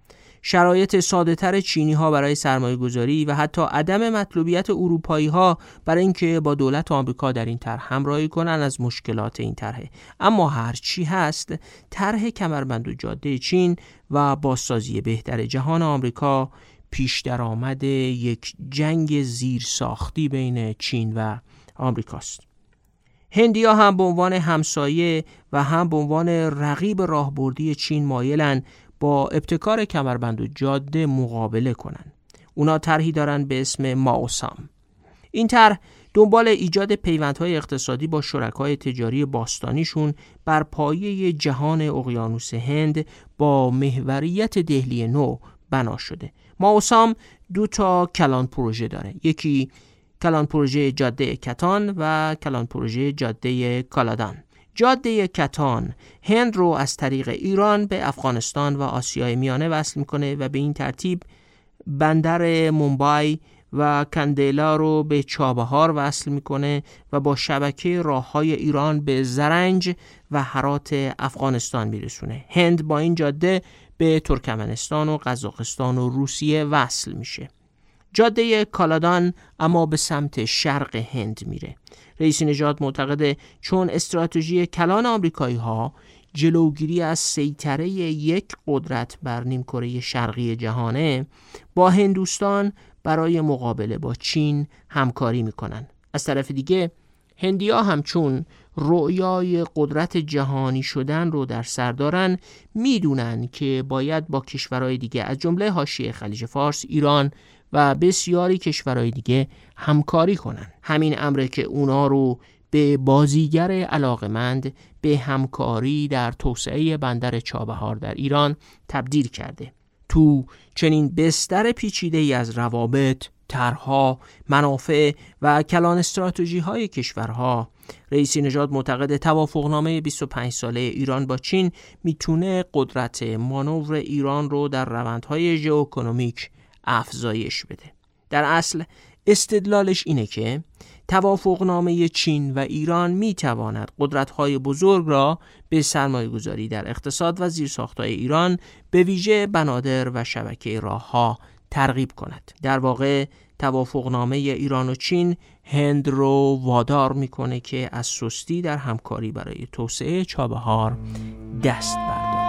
شرایط ساده‌تر چینی‌ها برای سرمایه‌گذاری و حتی عدم مطلوبیت اروپایی‌ها برای اینکه با دولت آمریکا در این طرح همراهی کنن از مشکلات این طرح. اما هر چی هست، طرح کمربند و جاده چین و بازسازی بهتر جهان آمریکا پیش درآمد یک جنگ زیرساختی بین چین و آمریکاست. هندی‌ها هم به عنوان همسایه و هم به عنوان رقیب راهبردی چین مایلن با ابتکار کمربند و جاده مقابله کنن. اونا طرحی دارن به اسم ماوسام. این طرح دنبال ایجاد پیوندهای اقتصادی با شرکای تجاری باستانیشون بر پایه جهان اقیانوس هند با محوریت دهلی نو بنا شده. ماوسام دو تا کلان پروژه داره. یکی کلان پروژه جاده کتان و کلان پروژه جاده کالادان. جاده کتان هند رو از طریق ایران به افغانستان و آسیای میانه وصل میکنه و به این ترتیب بندر مومبای و کندیلا رو به چابهار وصل میکنه و با شبکه راههای ایران به زرنج و هرات افغانستان میرسونه. هند با این جاده به ترکمنستان و قزاقستان و روسیه وصل میشه. جاده کالادان اما به سمت شرق هند میره. رئیسی نژاد معتقده چون استراتژی کلان آمریکایی ها جلوگیری از سیطره یک قدرت بر نیمکره شرقی جهانه، با هندوستان برای مقابله با چین همکاری میکنن. از طرف دیگه هندی‌ها هم چون رؤیای قدرت جهانی شدن رو در سر دارن، میدونن که باید با کشورهای دیگه از جمله حاشیه خلیج فارس، ایران و بسیاری کشورهای دیگه همکاری کنن. همین امره که اونا رو به بازیگر علاقمند به همکاری در توسعه بندر چابهار در ایران تبدیل کرده. تو چنین بستر پیچیده‌ای از روابط، طرح‌ها، منافع و کلان استراتژی‌های کشورها، رئیسی نژاد معتقد توافقنامه بیست و پنج ساله ایران با چین میتونه قدرت مانور ایران رو در روندهای ژئواکونومیک افزایش بده. در اصل استدلالش اینه که توافقنامه چین و ایران میتواند قدرت‌های بزرگ را به سرمایه‌گذاری در اقتصاد و زیرساخت‌های ایران به ویژه بنادر و شبکه راه‌ها ترغیب کند. در واقع توافقنامه ایران و چین هند رو وادار میکنه که از سستی در همکاری برای توسعه چابهار دست برداره.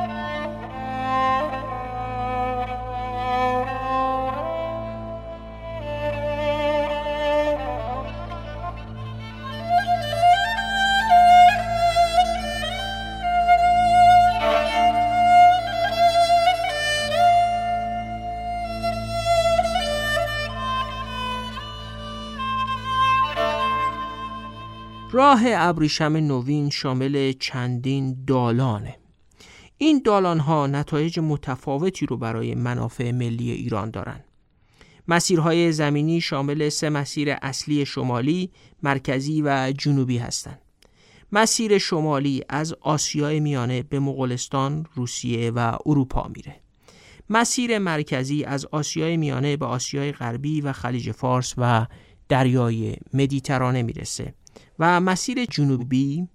راه ابریشم نوین شامل چندین دالانه. این دالان‌ها نتایج متفاوتی رو برای منافع ملی ایران دارن. مسیرهای زمینی شامل سه مسیر اصلی شمالی، مرکزی و جنوبی هستند. مسیر شمالی از آسیای میانه به مغولستان، روسیه و اروپا میره. مسیر مرکزی از آسیای میانه به آسیای غربی و خلیج فارس و دریای مدیترانه میرسه. و مسیر جنوبی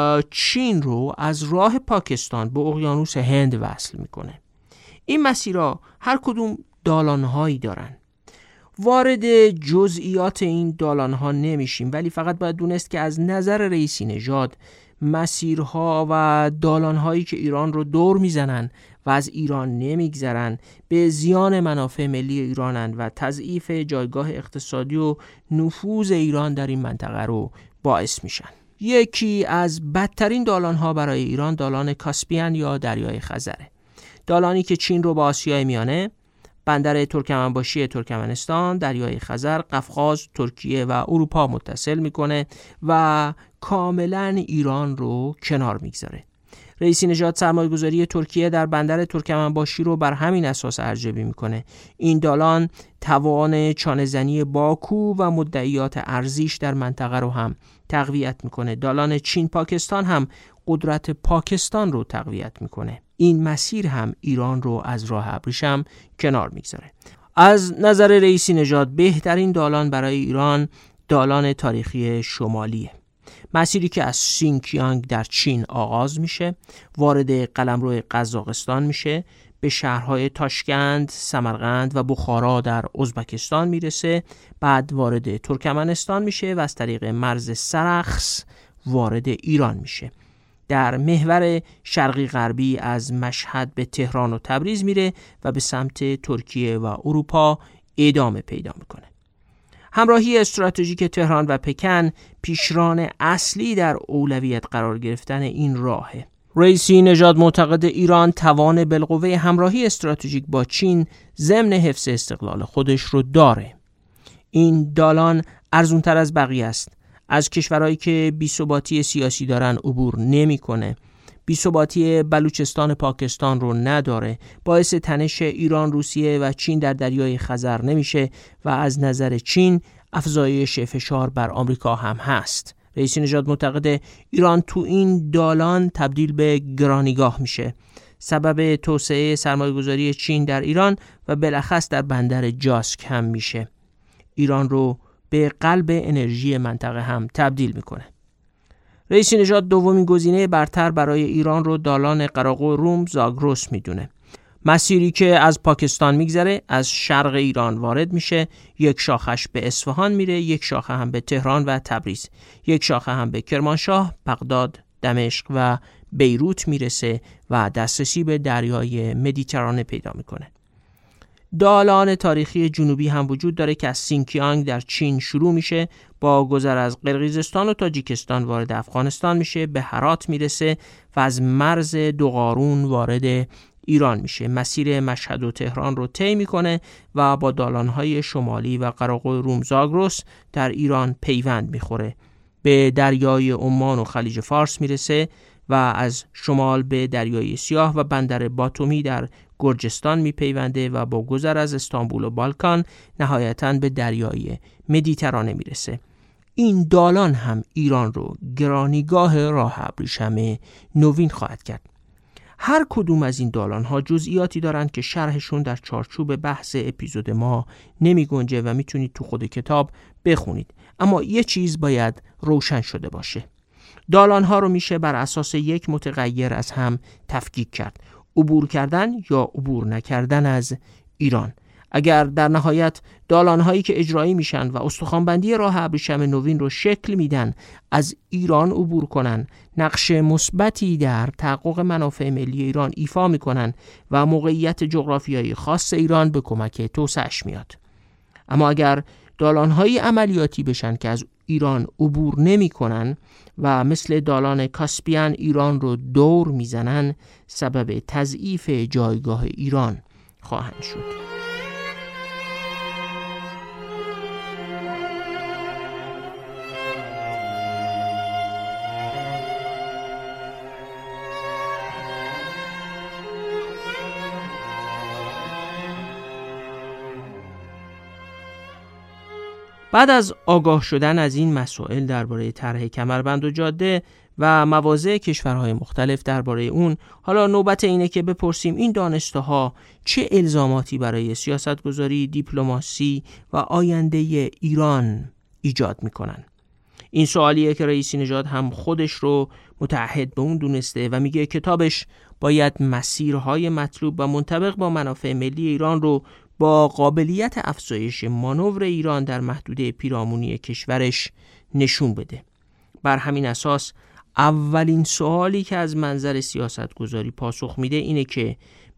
چین رو از راه پاکستان به اقیانوس هند وصل میکنه. این مسیرها هر کدوم دالانهایی دارن. وارد جزئیات این دالانها نمیشیم، ولی فقط باید دونست که از نظر رئیسی نژاد مسیرها و دالانهایی که ایران رو دور میزنن و از ایران نمیگذرن به زیان منافع ملی ایرانن و تضعیف جایگاه اقتصادی و نفوذ ایران در این منطقه رو باعث میشن. یکی از بدترین دالانها برای ایران دالان کاسپیان یا دریای خزره. دالانی که چین رو با آسیای میانه، بندر ترکمنباشی ترکمنستان، دریای خزر، قفقاز، ترکیه و اروپا متصل میکنه و کاملا ایران رو کنار میگذاره. رئیسی نژاد سرمایه‌گذاری ترکیه در بندر ترکمنباشی رو بر همین اساس ارزیابی میکنه. این دالان توان چانه‌زنی باکو و مدعیات ارزیش در منطقه رو هم تقویت میکنه. دالان چین پاکستان هم قدرت پاکستان رو تقویت میکنه. این مسیر هم ایران رو از راه ابریشم کنار میگذاره. از نظر رئیسی نژاد بهترین دالان برای ایران دالان تاریخی شمالیه. مسیری که از سینکیانگ در چین آغاز میشه، وارد قلمرو قزاقستان میشه، به شهرهای تاشکند، سمرقند و بخارا در ازبکستان میرسه، بعد وارد ترکمنستان میشه و از طریق مرز سرخس وارد ایران میشه. در محور شرقی غربی از مشهد به تهران و تبریز میره و به سمت ترکیه و اروپا ادامه پیدا میکنه. همراهی استراتژیک تهران و پکن پیشران اصلی در اولویت قرار گرفتن این راهه. رئیسی نژاد معتقد ایران توان بالقوه همراهی استراتژیک با چین ضمن حفظ استقلال خودش رو داره. این دالان ارزونتر از بقیه است. از کشورهایی که بی‌ثباتی سیاسی دارن عبور نمی‌کنه. بی‌ثباتی بلوچستان پاکستان رو نداره. باعث تنش ایران، روسیه و چین در دریای خزر نمیشه و از نظر چین افزایش فشار بر آمریکا هم هست. رئیسی نژاد معتقد ایران تو این دالان تبدیل به گرانیگاه میشه. سبب توسعه سرمایه‌گذاری چین در ایران و بالاخص در بندر جاسک هم میشه. ایران رو به قلب انرژی منطقه هم تبدیل میکنه. رئیسی نژاد دومین گزینه برتر برای ایران رو دالان قراقو روم زاگرس میدونه. مسیری که از پاکستان میگذره، از شرق ایران وارد میشه، یک شاخش به اصفهان میره، یک شاخه هم به تهران و تبریز، یک شاخه هم به کرمانشاه، بغداد، دمشق و بیروت میرسه و دسترسی به دریای مدیترانه پیدا میکنه. دالان تاریخی جنوبی هم وجود داره که از سینکیانگ در چین شروع میشه، با گذر از قرقیزستان و تاجیکستان وارد افغانستان میشه، به هرات میرسه و از مرز دوقارون وارد ایران میشه. مسیر مشهد و تهران رو طی میکنه و با دالانهای شمالی و قراقو روم زاگرس در ایران پیوند میخوره. به دریای عمان و خلیج فارس میرسه و از شمال به دریای سیاه و بندر باتومی در گرجستان میپیونده و با گذر از استانبول و بالکان نهایتاً به دریای مدیترانه میرسه. این دالان هم ایران رو گرانیگاه راه ابریشم نوین خواهد کرد. هر کدوم از این دالان ها جزئیاتی دارند که شرحشون در چارچوب بحث اپیزود ما نمی گنجه و میتونید تو خود کتاب بخونید. اما یه چیز باید روشن شده باشه. دالان ها رو میشه بر اساس یک متغیر از هم تفکیک کرد: عبور کردن یا عبور نکردن از ایران. اگر در نهایت دالان هایی که اجرایی میشن و استخوانبندی راه ابریشم نوین رو شکل میدن از ایران عبور کنن، نقش مثبتی در تحقق منافع ملی ایران ایفا میکنن و موقعیت جغرافیایی خاص ایران به کمک توسعه‌اش میاد. اما اگر دالان هایی عملیاتی بشن که از ایران عبور نمی کنن و مثل دالان کاسپیان ایران رو دور میزنن، سبب تضعیف جایگاه ایران خواهند شد. بعد از آگاه شدن از این مسائل درباره طرح کمربند و جاده و مواضع کشورهای مختلف درباره اون، حالا نوبت اینه که بپرسیم این دانسته‌ها چه الزاماتی برای سیاستگذاری، دیپلماسی و آینده ایران ایجاد میکنن. این سوالیه که رئیسی نژاد هم خودش رو متعهد به اون دونسته و میگه کتابش باید مسیرهای مطلوب و منطبق با منافع ملی ایران رو با قابلیت افزایش مانور ایران در محدوده پیرامونی کشورش نشون بده. بر همین اساس اولین سوالی که از منظر سیاستگذاری پاسخ میده اینه که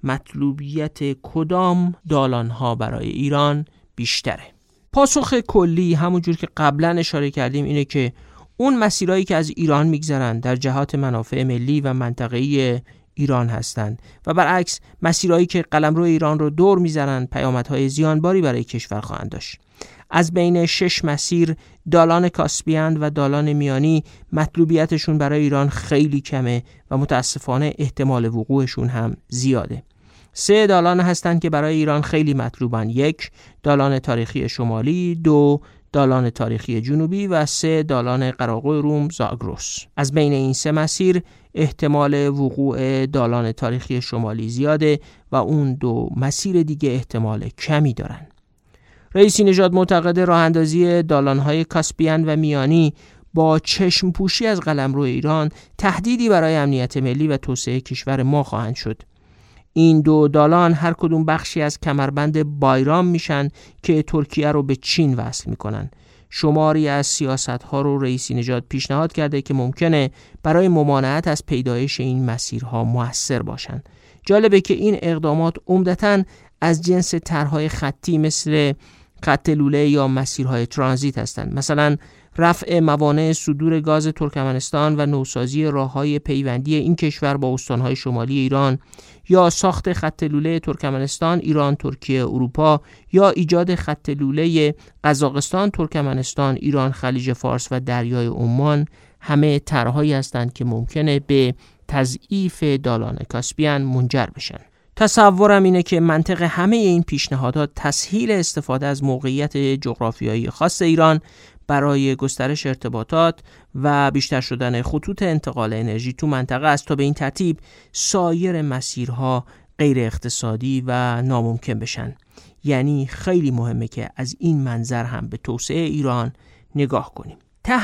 مطلوبیت کدام دالانها برای ایران بیشتره. پاسخ کلی همونجور که قبلا اشاره کردیم اینه که اون مسیرهایی که از ایران میگذرن در جهات منافع ملی و منطقه‌ای ایران هستند و برعکس مسیرهایی که قلمرو ایران رو دور میزنن پیامدهای زیانباری برای کشور خواهند داشت. از بین شش مسیر دالان کاسپیان و دالان میانی مطلوبیتشون برای ایران خیلی کمه و متاسفانه احتمال وقوعشون هم زیاده. سه دالان هستند که برای ایران خیلی مطلوبن: یک دالان تاریخی شمالی، دو دالان تاریخی جنوبی و سه دالان قراقو روم زاگرس. از بین این سه مسیر احتمال وقوع دالان تاریخی شمالی زیاده و اون دو مسیر دیگه احتمال کمی دارن. رئیسی نژاد معتقد راه اندازی دالان‌های کاسپیان و میانی با چشم پوشی از قلمرو ایران تهدیدی برای امنیت ملی و توسعه کشور ما خواهند شد. این دو دالان هر کدوم بخشی از کمربند بایرام میشن که ترکیه رو به چین وصل میکنن. شماری از سیاست‌ها رو رئیسی نژاد پیشنهاد کرده که ممکنه برای ممانعت از پیدایش این مسیرها مؤثر باشن. جالبه که این اقدامات عمدتاً از جنس طرح‌های خطی مثل خط لوله یا مسیرهای ترانزیت هستند. مثلا رفع موانع صدور گاز ترکمنستان و نوسازی راه‌های پیوندی این کشور با استان‌های شمالی ایران، یا ساخت خط لوله ترکمنستان ایران ترکیه اروپا، یا ایجاد خط لوله قزاقستان ترکمنستان ایران خلیج فارس و دریای عمان، همه طرح‌هایی هستند که ممکنه به تضعیف دالان کاسپیان منجر بشن. تصورم اینه که منطق همه این پیشنهادات تسهیل استفاده از موقعیت جغرافیایی خاص ایران برای گسترش ارتباطات و بیشتر شدن خطوط انتقال انرژی تو منطقه است تا به این ترتیب سایر مسیرها غیر اقتصادی و ناممکن بشن. یعنی خیلی مهمه که از این منظر هم به توسعه ایران نگاه کنیم.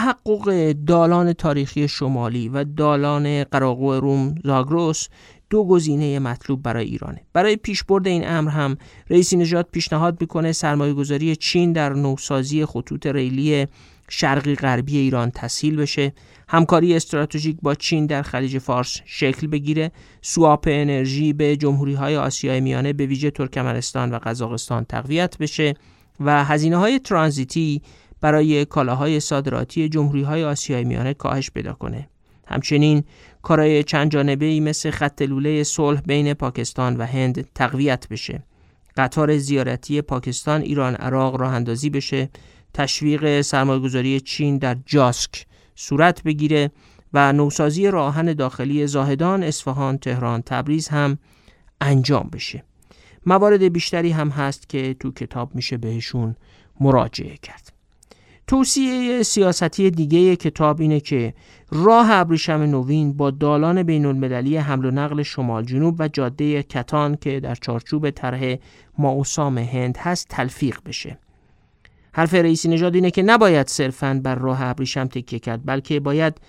تحقق دالان تاریخی شمالی و دالان قراقو روم زاگرس دو گزینه مطلوب برای ایرانه. برای پیشبرد این امر هم رئیسی نژاد پیشنهاد میکنه سرمایه‌گذاری چین در نوسازی خطوط ریلی شرقی غربی ایران تسهیل بشه، همکاری استراتژیک با چین در خلیج فارس شکل بگیره، سواپ انرژی به جمهوری‌های آسیای میانه به ویژه ترکمنستان و قزاقستان تقویت بشه و هزینه‌های ترانزیتی برای کالاهای صادراتی جمهوری‌های آسیای میانه کاهش پیدا کنه. همچنین کارهای چند جانبه‌ای مثل خط لوله صلح بین پاکستان و هند تقویت بشه. قطار زیارتی پاکستان، ایران، عراق راه اندازی بشه. تشویق سرمایه‌گذاری چین در جاسک صورت بگیره و نوسازی راه آهن داخلی زاهدان، اصفهان، تهران، تبریز هم انجام بشه. موارد بیشتری هم هست که تو کتاب میشه بهشون مراجعه کرد. توصیه سیاستی دیگه کتاب اینه که راه ابریشم نوین با دالان بین المللی حمل و نقل شمال جنوب و جاده کتان که در چارچوب طرح ماوسام هند هست تلفیق بشه. حرف رئیسی نژاد اینه که نباید صرفاً بر راه ابریشم تکیه کرد، بلکه باید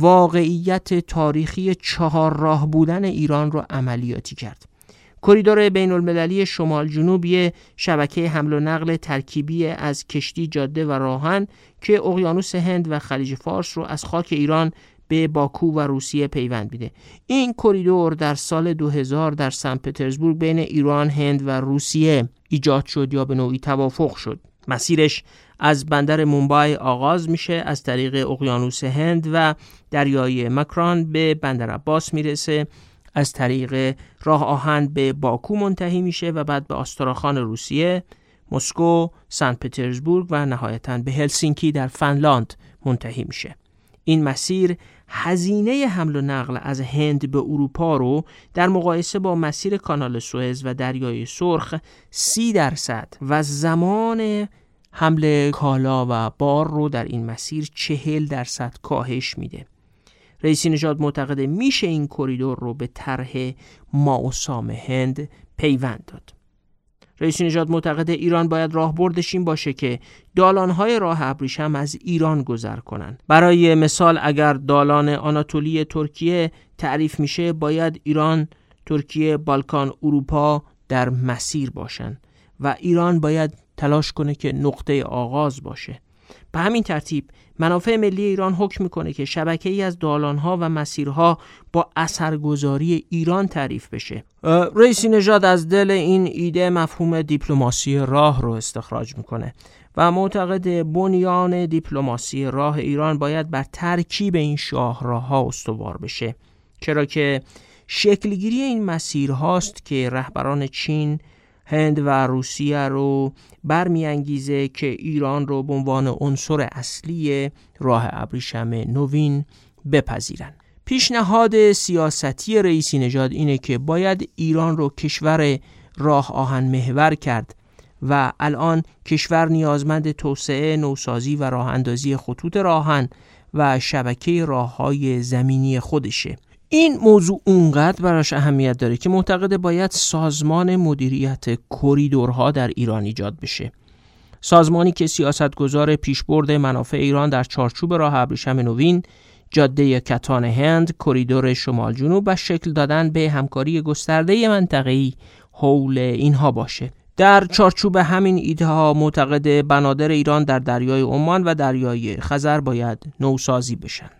واقعیت تاریخی چهار راه بودن ایران رو عملیاتی کرد. کریدور بین المللی شمال جنوبی شبکه حمل و نقل ترکیبی از کشتی، جاده و راهن که اقیانوس هند و خلیج فارس رو از خاک ایران به باکو و روسیه پیوند میده. این کریدور در سال دو هزار در سن پترزبورگ بین ایران، هند و روسیه ایجاد شد یا به نوعی توافق شد. مسیرش از بندر مومبای آغاز میشه، از طریق اقیانوس هند و دریای مکران به بندر عباس میرسه، از طریق راه آهن به باکو منتهی میشه و بعد به آستراخان روسیه، مسکو، سن پترزبورگ و نهایتاً به هلسینکی در فنلاند منتهی میشه. این مسیر هزینه حمل و نقل از هند به اروپا رو در مقایسه با مسیر کانال سوئز و دریای سرخ سی درصد و زمان حمل کالا و بار رو در این مسیر چهل درصد کاهش میده. رئیسی نژاد معتقده میشه این کریدور رو به طرح ماوسام هند پیوند داد. رئیسی نژاد معتقده ایران باید راهبردش این باشه که دالان‌های راه ابریشم از ایران گذر کنن. برای مثال اگر دالان آناتولی ترکیه تعریف میشه، باید ایران، ترکیه، بالکان، اروپا در مسیر باشن و ایران باید تلاش کنه که نقطه آغاز باشه. به همین ترتیب منافع ملی ایران حکم میکنه که شبکه‌ای از دالان‌ها و مسیرها با اثرگذاری ایران تعریف بشه. رئیسی نژاد از دل این ایده مفهوم دیپلماسی راه رو استخراج میکنه و معتقد بنیان دیپلماسی راه ایران باید بر ترکیب این شاهراه‌ها استوار بشه، چرا که شکلگیری این مسیرهاست که رهبران چین، هند و روسیه رو برمیانگیزه که ایران رو به عنوان عنصر اصلی راه ابریشم نوین بپذیرن. پیشنهاد سیاستی رئیسی نژاد اینه که باید ایران رو کشور راه آهن محور کرد و الان کشور نیازمند توسعه، نوسازی و راه اندازی خطوط راهن و شبکه راههای زمینی خودشه. این موضوع اونقدر براش اهمیت داره که معتقد باید سازمان مدیریت کریدورها در ایران ایجاد بشه. سازمانی که سیاستگزار پیشبرد منافع ایران در چارچوب راه ابریشم نوین، جاده کتان هند، کریدور شمال جنوب و شکل دادن به همکاری گسترده منطقه‌ای حول اینها باشه. در چارچوب همین ایده ها معتقد بنادر ایران در دریای عمان و دریای خزر باید نوسازی بشن.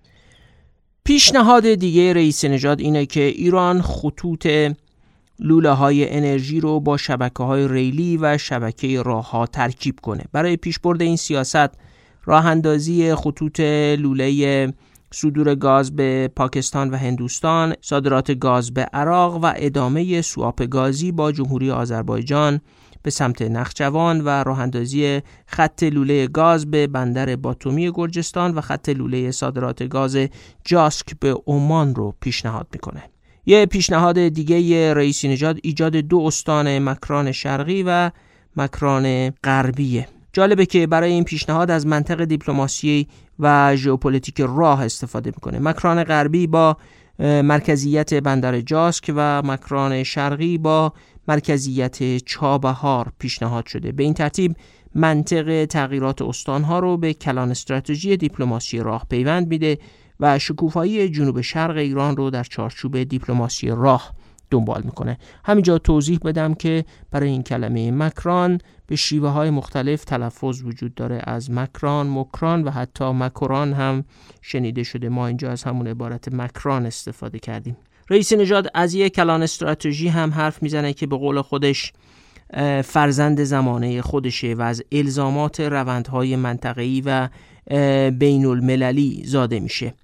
پیشنهاد دیگه رئیس نژاد اینه که ایران خطوط لوله های انرژی رو با شبکه های ریلی و شبکه راه ها ترکیب کنه. برای پیشبرد این سیاست راه اندازی خطوط لوله صدور گاز به پاکستان و هندوستان، صادرات گاز به عراق و ادامه سواپ گازی با جمهوری آذربایجان به سمت نخجوان و راه اندازی خط لوله گاز به بندر باتومی گرجستان و خط لوله صادرات گاز جاسک به عمان رو پیشنهاد میکنه. یه پیشنهاد دیگه رئیسی نژاد ایجاد دو استان مکران شرقی و مکران غربیه. جالبه که برای این پیشنهاد از منطق دیپلماسی و ژئوپلیتیک راه استفاده میکنه. مکران غربی با مرکزیت بندر جاسک و مکران شرقی با مرکزیت چابهار پیشنهاد شده. به این ترتیب منطق تغییرات استانها رو به کلان استراتژی دیپلماسی راه پیوند میده و شکوفایی جنوب شرق ایران رو در چارچوب دیپلماسی راه دنبال میکنه. همینجا توضیح بدم که برای این کلمه مکران به شیوه های مختلف تلفظ وجود داره، از مکران، مکران و حتی مکران هم شنیده شده. ما اینجا از همون عبارت مکران استفاده کردیم. رئیس نژاد از یک کلان استراتژی هم حرف میزنه که به قول خودش فرزند زمانه خودشه و از الزامات روندهای منطقه‌ای و بین المللی زاده میشه.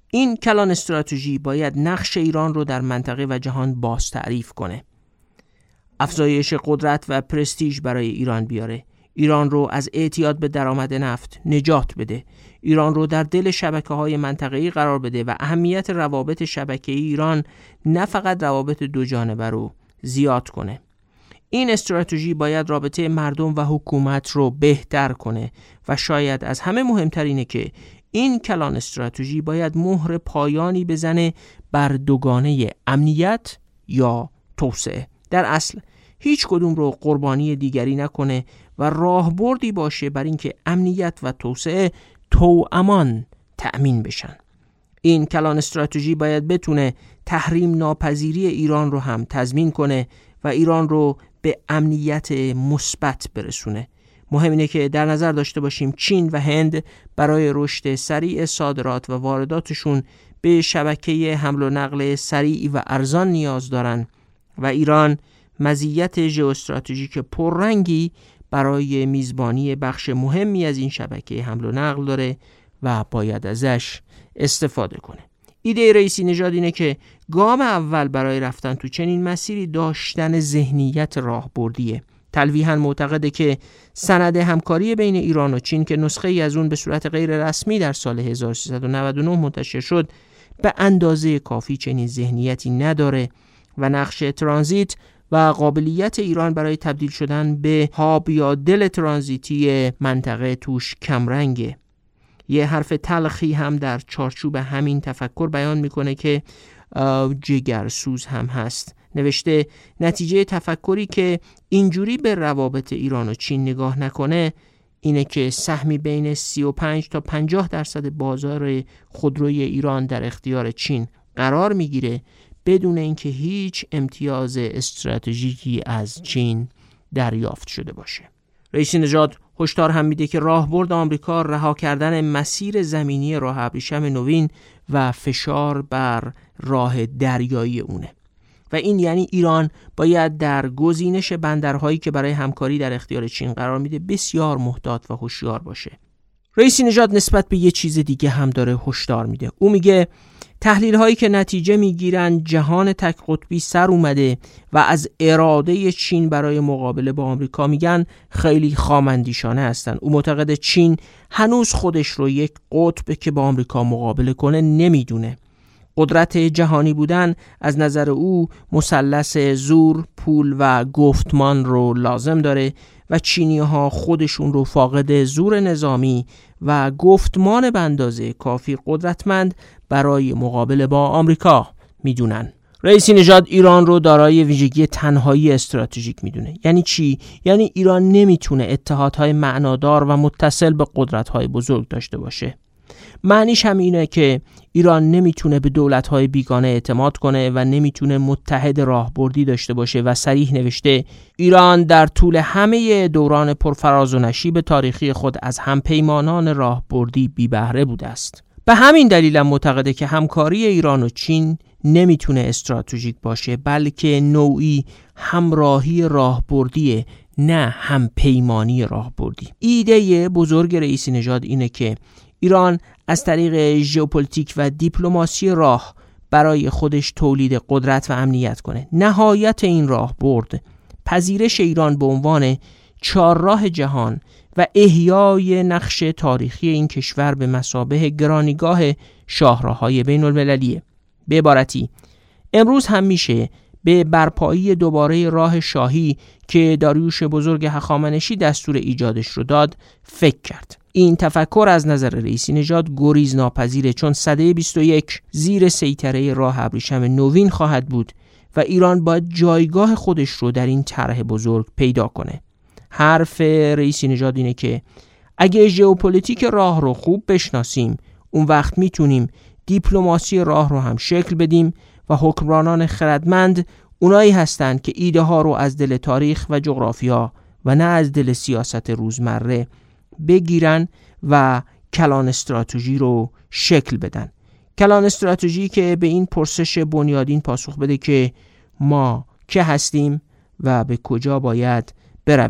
این کلان استراتژی باید نقش ایران رو در منطقه و جهان باز تعریف کنه، افزایش قدرت و پرستیژ برای ایران بیاره، ایران رو از اعتیاد به درآمد نفت نجات بده، ایران رو در دل شبکه‌های منطقه‌ای قرار بده و اهمیت روابط شبکه‌ای ایران نه فقط روابط دو جانبه رو زیاد کنه. این استراتژی باید رابطه مردم و حکومت رو بهتر کنه و شاید از همه مهمتر اینه که این کلان استراتژی باید مهر پایانی بزنه بر دوگانه امنیت یا توسعه. در اصل هیچ کدوم رو قربانی دیگری نکنه و راهبردی باشه بر اینکه امنیت و توسعه توامان تأمین بشن. این کلان استراتژی باید بتونه تحریم ناپذیری ایران رو هم تضمین کنه و ایران رو به امنیت مثبت برسونه. مهم اینه که در نظر داشته باشیم چین و هند برای رشد سریع صادرات و وارداتشون به شبکه حمل و نقل سریع و ارزان نیاز دارن و ایران مزیت ژئواستراتژیک پررنگی برای میزبانی بخش مهمی از این شبکه حمل و نقل داره و باید ازش استفاده کنه. ایده رئیسی نژاد اینه که گام اول برای رفتن تو چنین مسیری داشتن ذهنیت راهبردیه. تلویحاً معتقده که سند همکاری بین ایران و چین که نسخه ای از اون به صورت غیر رسمی در سال هزار و سیصد و نود و نه منتشر شد به اندازه کافی چنین ذهنیتی نداره و نقش ترانزیت و قابلیت ایران برای تبدیل شدن به هاب یا دل ترانزیتی منطقه توش کمرنگه. یه حرف تلخی هم در چارچوب همین تفکر بیان میکنه که جگرسوز هم هست. نوشته نتیجه تفکری که اینجوری به روابط ایران و چین نگاه نکنه اینه که سهمی بین سی و پنج تا پنجاه درصد بازار خودروی ایران در اختیار چین قرار میگیره بدون اینکه هیچ امتیاز استراتژیکی از چین دریافت شده باشه. رئیس نژاد هشدار هم میده که راهبرد آمریکا رها کردن مسیر زمینی راه ابریشم نوین و فشار بر راه دریایی اونه و این یعنی ایران باید در گزینش بندرهایی که برای همکاری در اختیار چین قرار میده بسیار محتاط و هوشیار باشه. رئیس نژاد نسبت به یه چیز دیگه هم داره هشدار میده. او میگه تحلیل هایی که نتیجه میگیرن جهان تک قطبی سر اومده و از اراده چین برای مقابله با آمریکا میگن خیلی خام‌اندیشانه هستن. او معتقد چین هنوز خودش رو یک قطب که با آمریکا مقابله کنه نمیدونه. قدرت جهانی بودن از نظر او مثلث زور، پول و گفتمان رو لازم داره و چینی ها خودشون رو فاقد زور نظامی و گفتمان به اندازه کافی قدرتمند برای مقابله با آمریکا میدونن. رئیس نژاد ایران رو دارای ویژگی تنهایی استراتژیک میدونه. یعنی چی؟ یعنی ایران نمیتونه اتحادهای معنادار و متصل به قدرت‌های بزرگ داشته باشه. معنیش هم اینه که ایران نمیتونه به دولت‌های بیگانه اعتماد کنه و نمیتونه متحد راهبردی داشته باشه و صریح نوشته ایران در طول همه دوران پرفراز و نشیب تاریخی خود از همپیمانان راهبردی بی بهره بوده است. به همین دلیل هم معتقده که همکاری ایران و چین نمیتونه استراتژیک باشه بلکه نوعی همراهی راهبردیه نه همپیمانی راهبردی. ایده بزرگ رئیس نژاد اینه که ایران از طریق ژئوپلیتیک و دیپلماسی راه برای خودش تولید قدرت و امنیت کنه. نهایت این راه برد پذیرش ایران به عنوان چهارراه جهان و احیای نقش تاریخی این کشور به مثابه گرانیگاه شاهراهای بین المللیه. به عبارتی امروز هم میشه به برپایی دوباره راه شاهی که داریوش بزرگ هخامنشی دستور ایجادش رو داد فکر کرد. این تفکر از نظر رئیس نژاد گریز ناپذیره چون سده بیست و یک زیر سیطره راه ابریشم نوین خواهد بود و ایران باید جایگاه خودش رو در این طرح بزرگ پیدا کنه. حرف رئیس نژاد اینه که اگه ژئوپلیتیک راه رو خوب بشناسیم اون وقت میتونیم دیپلماسی راه رو هم شکل بدیم و حکمرانان خردمند اونایی هستند که ایده ها رو از دل تاریخ و جغرافیا و نه از دل سیاست روزمره بگیرن و کلان استراتژی رو شکل بدن. کلان استراتژی که به این پرسش بنیادین پاسخ بده که ما که هستیم و به کجا باید برویم.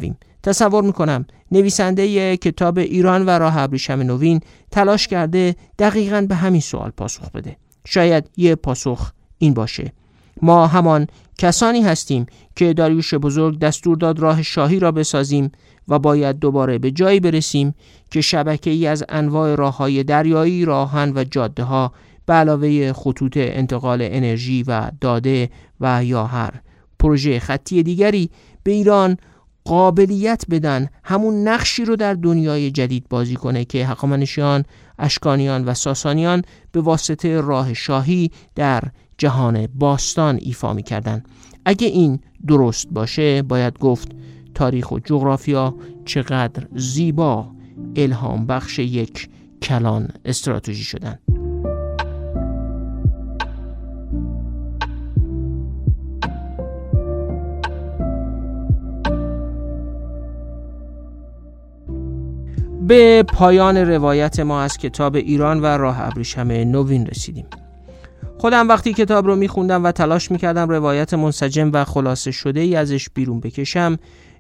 تصور میکنم نویسنده کتاب ایران و راه ابریشم نوین تلاش کرده دقیقاً به همین سوال پاسخ بده. شاید یه پاسخ این باشه: ما همان کسانی هستیم که داریوش بزرگ دستور داد راه شاهی را بسازیم و باید دوباره به جایی برسیم که شبکه‌ای از انواع راه‌های دریایی، راهن و جاده‌ها به علاوه خطوط انتقال انرژی و داده و یا هر پروژه خطی دیگری به ایران قابلیت بدن همون نقشی رو در دنیای جدید بازی کنه که هخامنشیان، اشکانیان و ساسانیان به واسطه راه شاهی در جهان باستان ایفا می‌کردن. اگه این درست باشه باید گفت تاریخ و جغرافیا چقدر زیبا الهام بخش یک کلان استراتژی شدن. به پایان روایت ما از کتاب ایران و راه ابریشم نوین رسیدیم. خودم وقتی کتاب رو میخوندم و تلاش میکردم روایت منسجم و خلاصه شده ای ازش بیرون بکشم،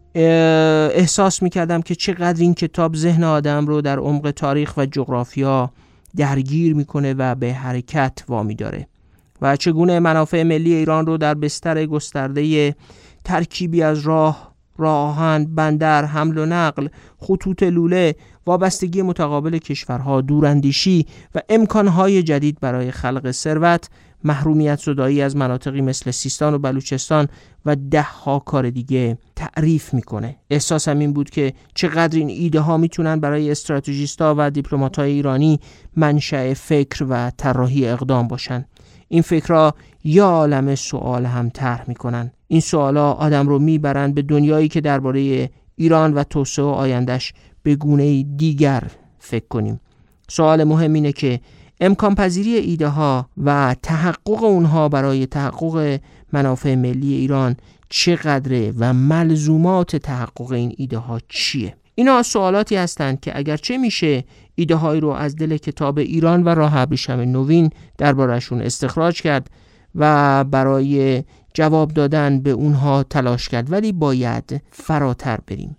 احساس میکردم که چقدر این کتاب ذهن آدم رو در عمق تاریخ و جغرافیا درگیر میکنه و به حرکت وامی داره و چگونه منافع ملی ایران رو در بستر گسترده ترکیبی از راه، راهن، بندر، حمل و نقل، خطوط لوله، وابستگی متقابل کشورها، دوراندیشی و امکانهای جدید برای خلق ثروت، محرومیت زدایی از مناطقی مثل سیستان و بلوچستان و ده ها کار دیگه تعریف میکنه. احساسم این بود که چقدر این ایده ها میتونن برای استراتژیستا و دیپلمات‌های ایرانی منشأ فکر و طراحی اقدام باشن. این فکرها یا عالم سوال هم طرح میکنن. این سوالا آدم رو میبرن به دنیایی که درباره ایران و توسعه و آیندهش به گونه دیگر فکر کنیم. سوال مهم اینه که امکان پذیری ایده ها و تحقق اونها برای تحقق منافع ملی ایران چقدره و ملزومات تحقق این ایده ها چیه؟ اینا سوالاتی هستند که اگرچه میشه ایده هایی رو از دل کتاب ایران و راه ابریشم نوین درباره‌شون استخراج کرد و برای جواب دادن به اونها تلاش کرد، ولی باید فراتر بریم.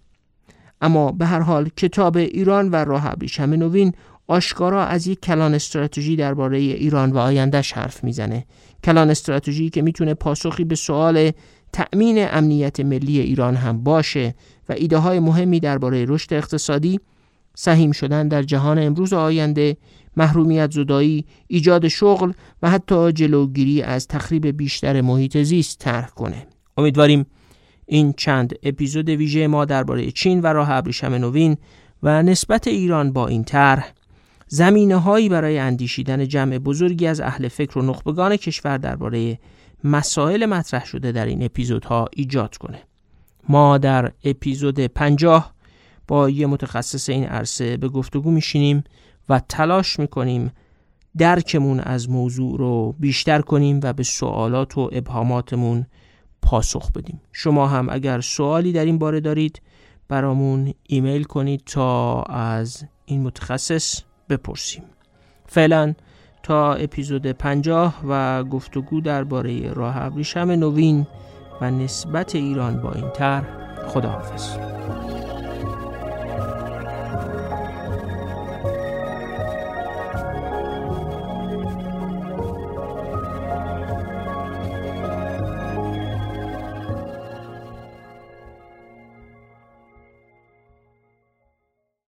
اما به هر حال کتاب ایران و راه ابریشم نوین آشکارا از یک کلان استراتژی درباره ایران و آیندهش حرف میزنه. کلان استراتژی که میتونه پاسخی به سوال تأمین امنیت ملی ایران هم باشه و ایده های مهمی درباره رشد اقتصادی، سهیم شدن در جهان امروز و آینده، محرومیت زدایی، ایجاد شغل و حتی جلوگیری از تخریب بیشتر محیط زیست طرح کنه. امیدواریم این چند اپیزود ویژه ما درباره چین و راه ابریشم نوین و نسبت ایران با این طرح زمینه‌هایی برای اندیشیدن جمع بزرگی از اهل فکر و نخبگان کشور درباره مسائل مطرح شده در این اپیزودها ایجاد کنه. ما در اپیزود پنجاه با یه متخصص این عرصه به گفتگو میشینیم و تلاش میکنیم درکمون از موضوع رو بیشتر کنیم و به سوالات و ابهاماتمون پاسخ بدیم. شما هم اگر سوالی در این باره دارید برامون ایمیل کنید تا از این متخصص بپرسیم. فعلا تا اپیزود پنجاه و گفتگو درباره راه ابریشم نوین و نسبت ایران با این طرح، خداحافظ.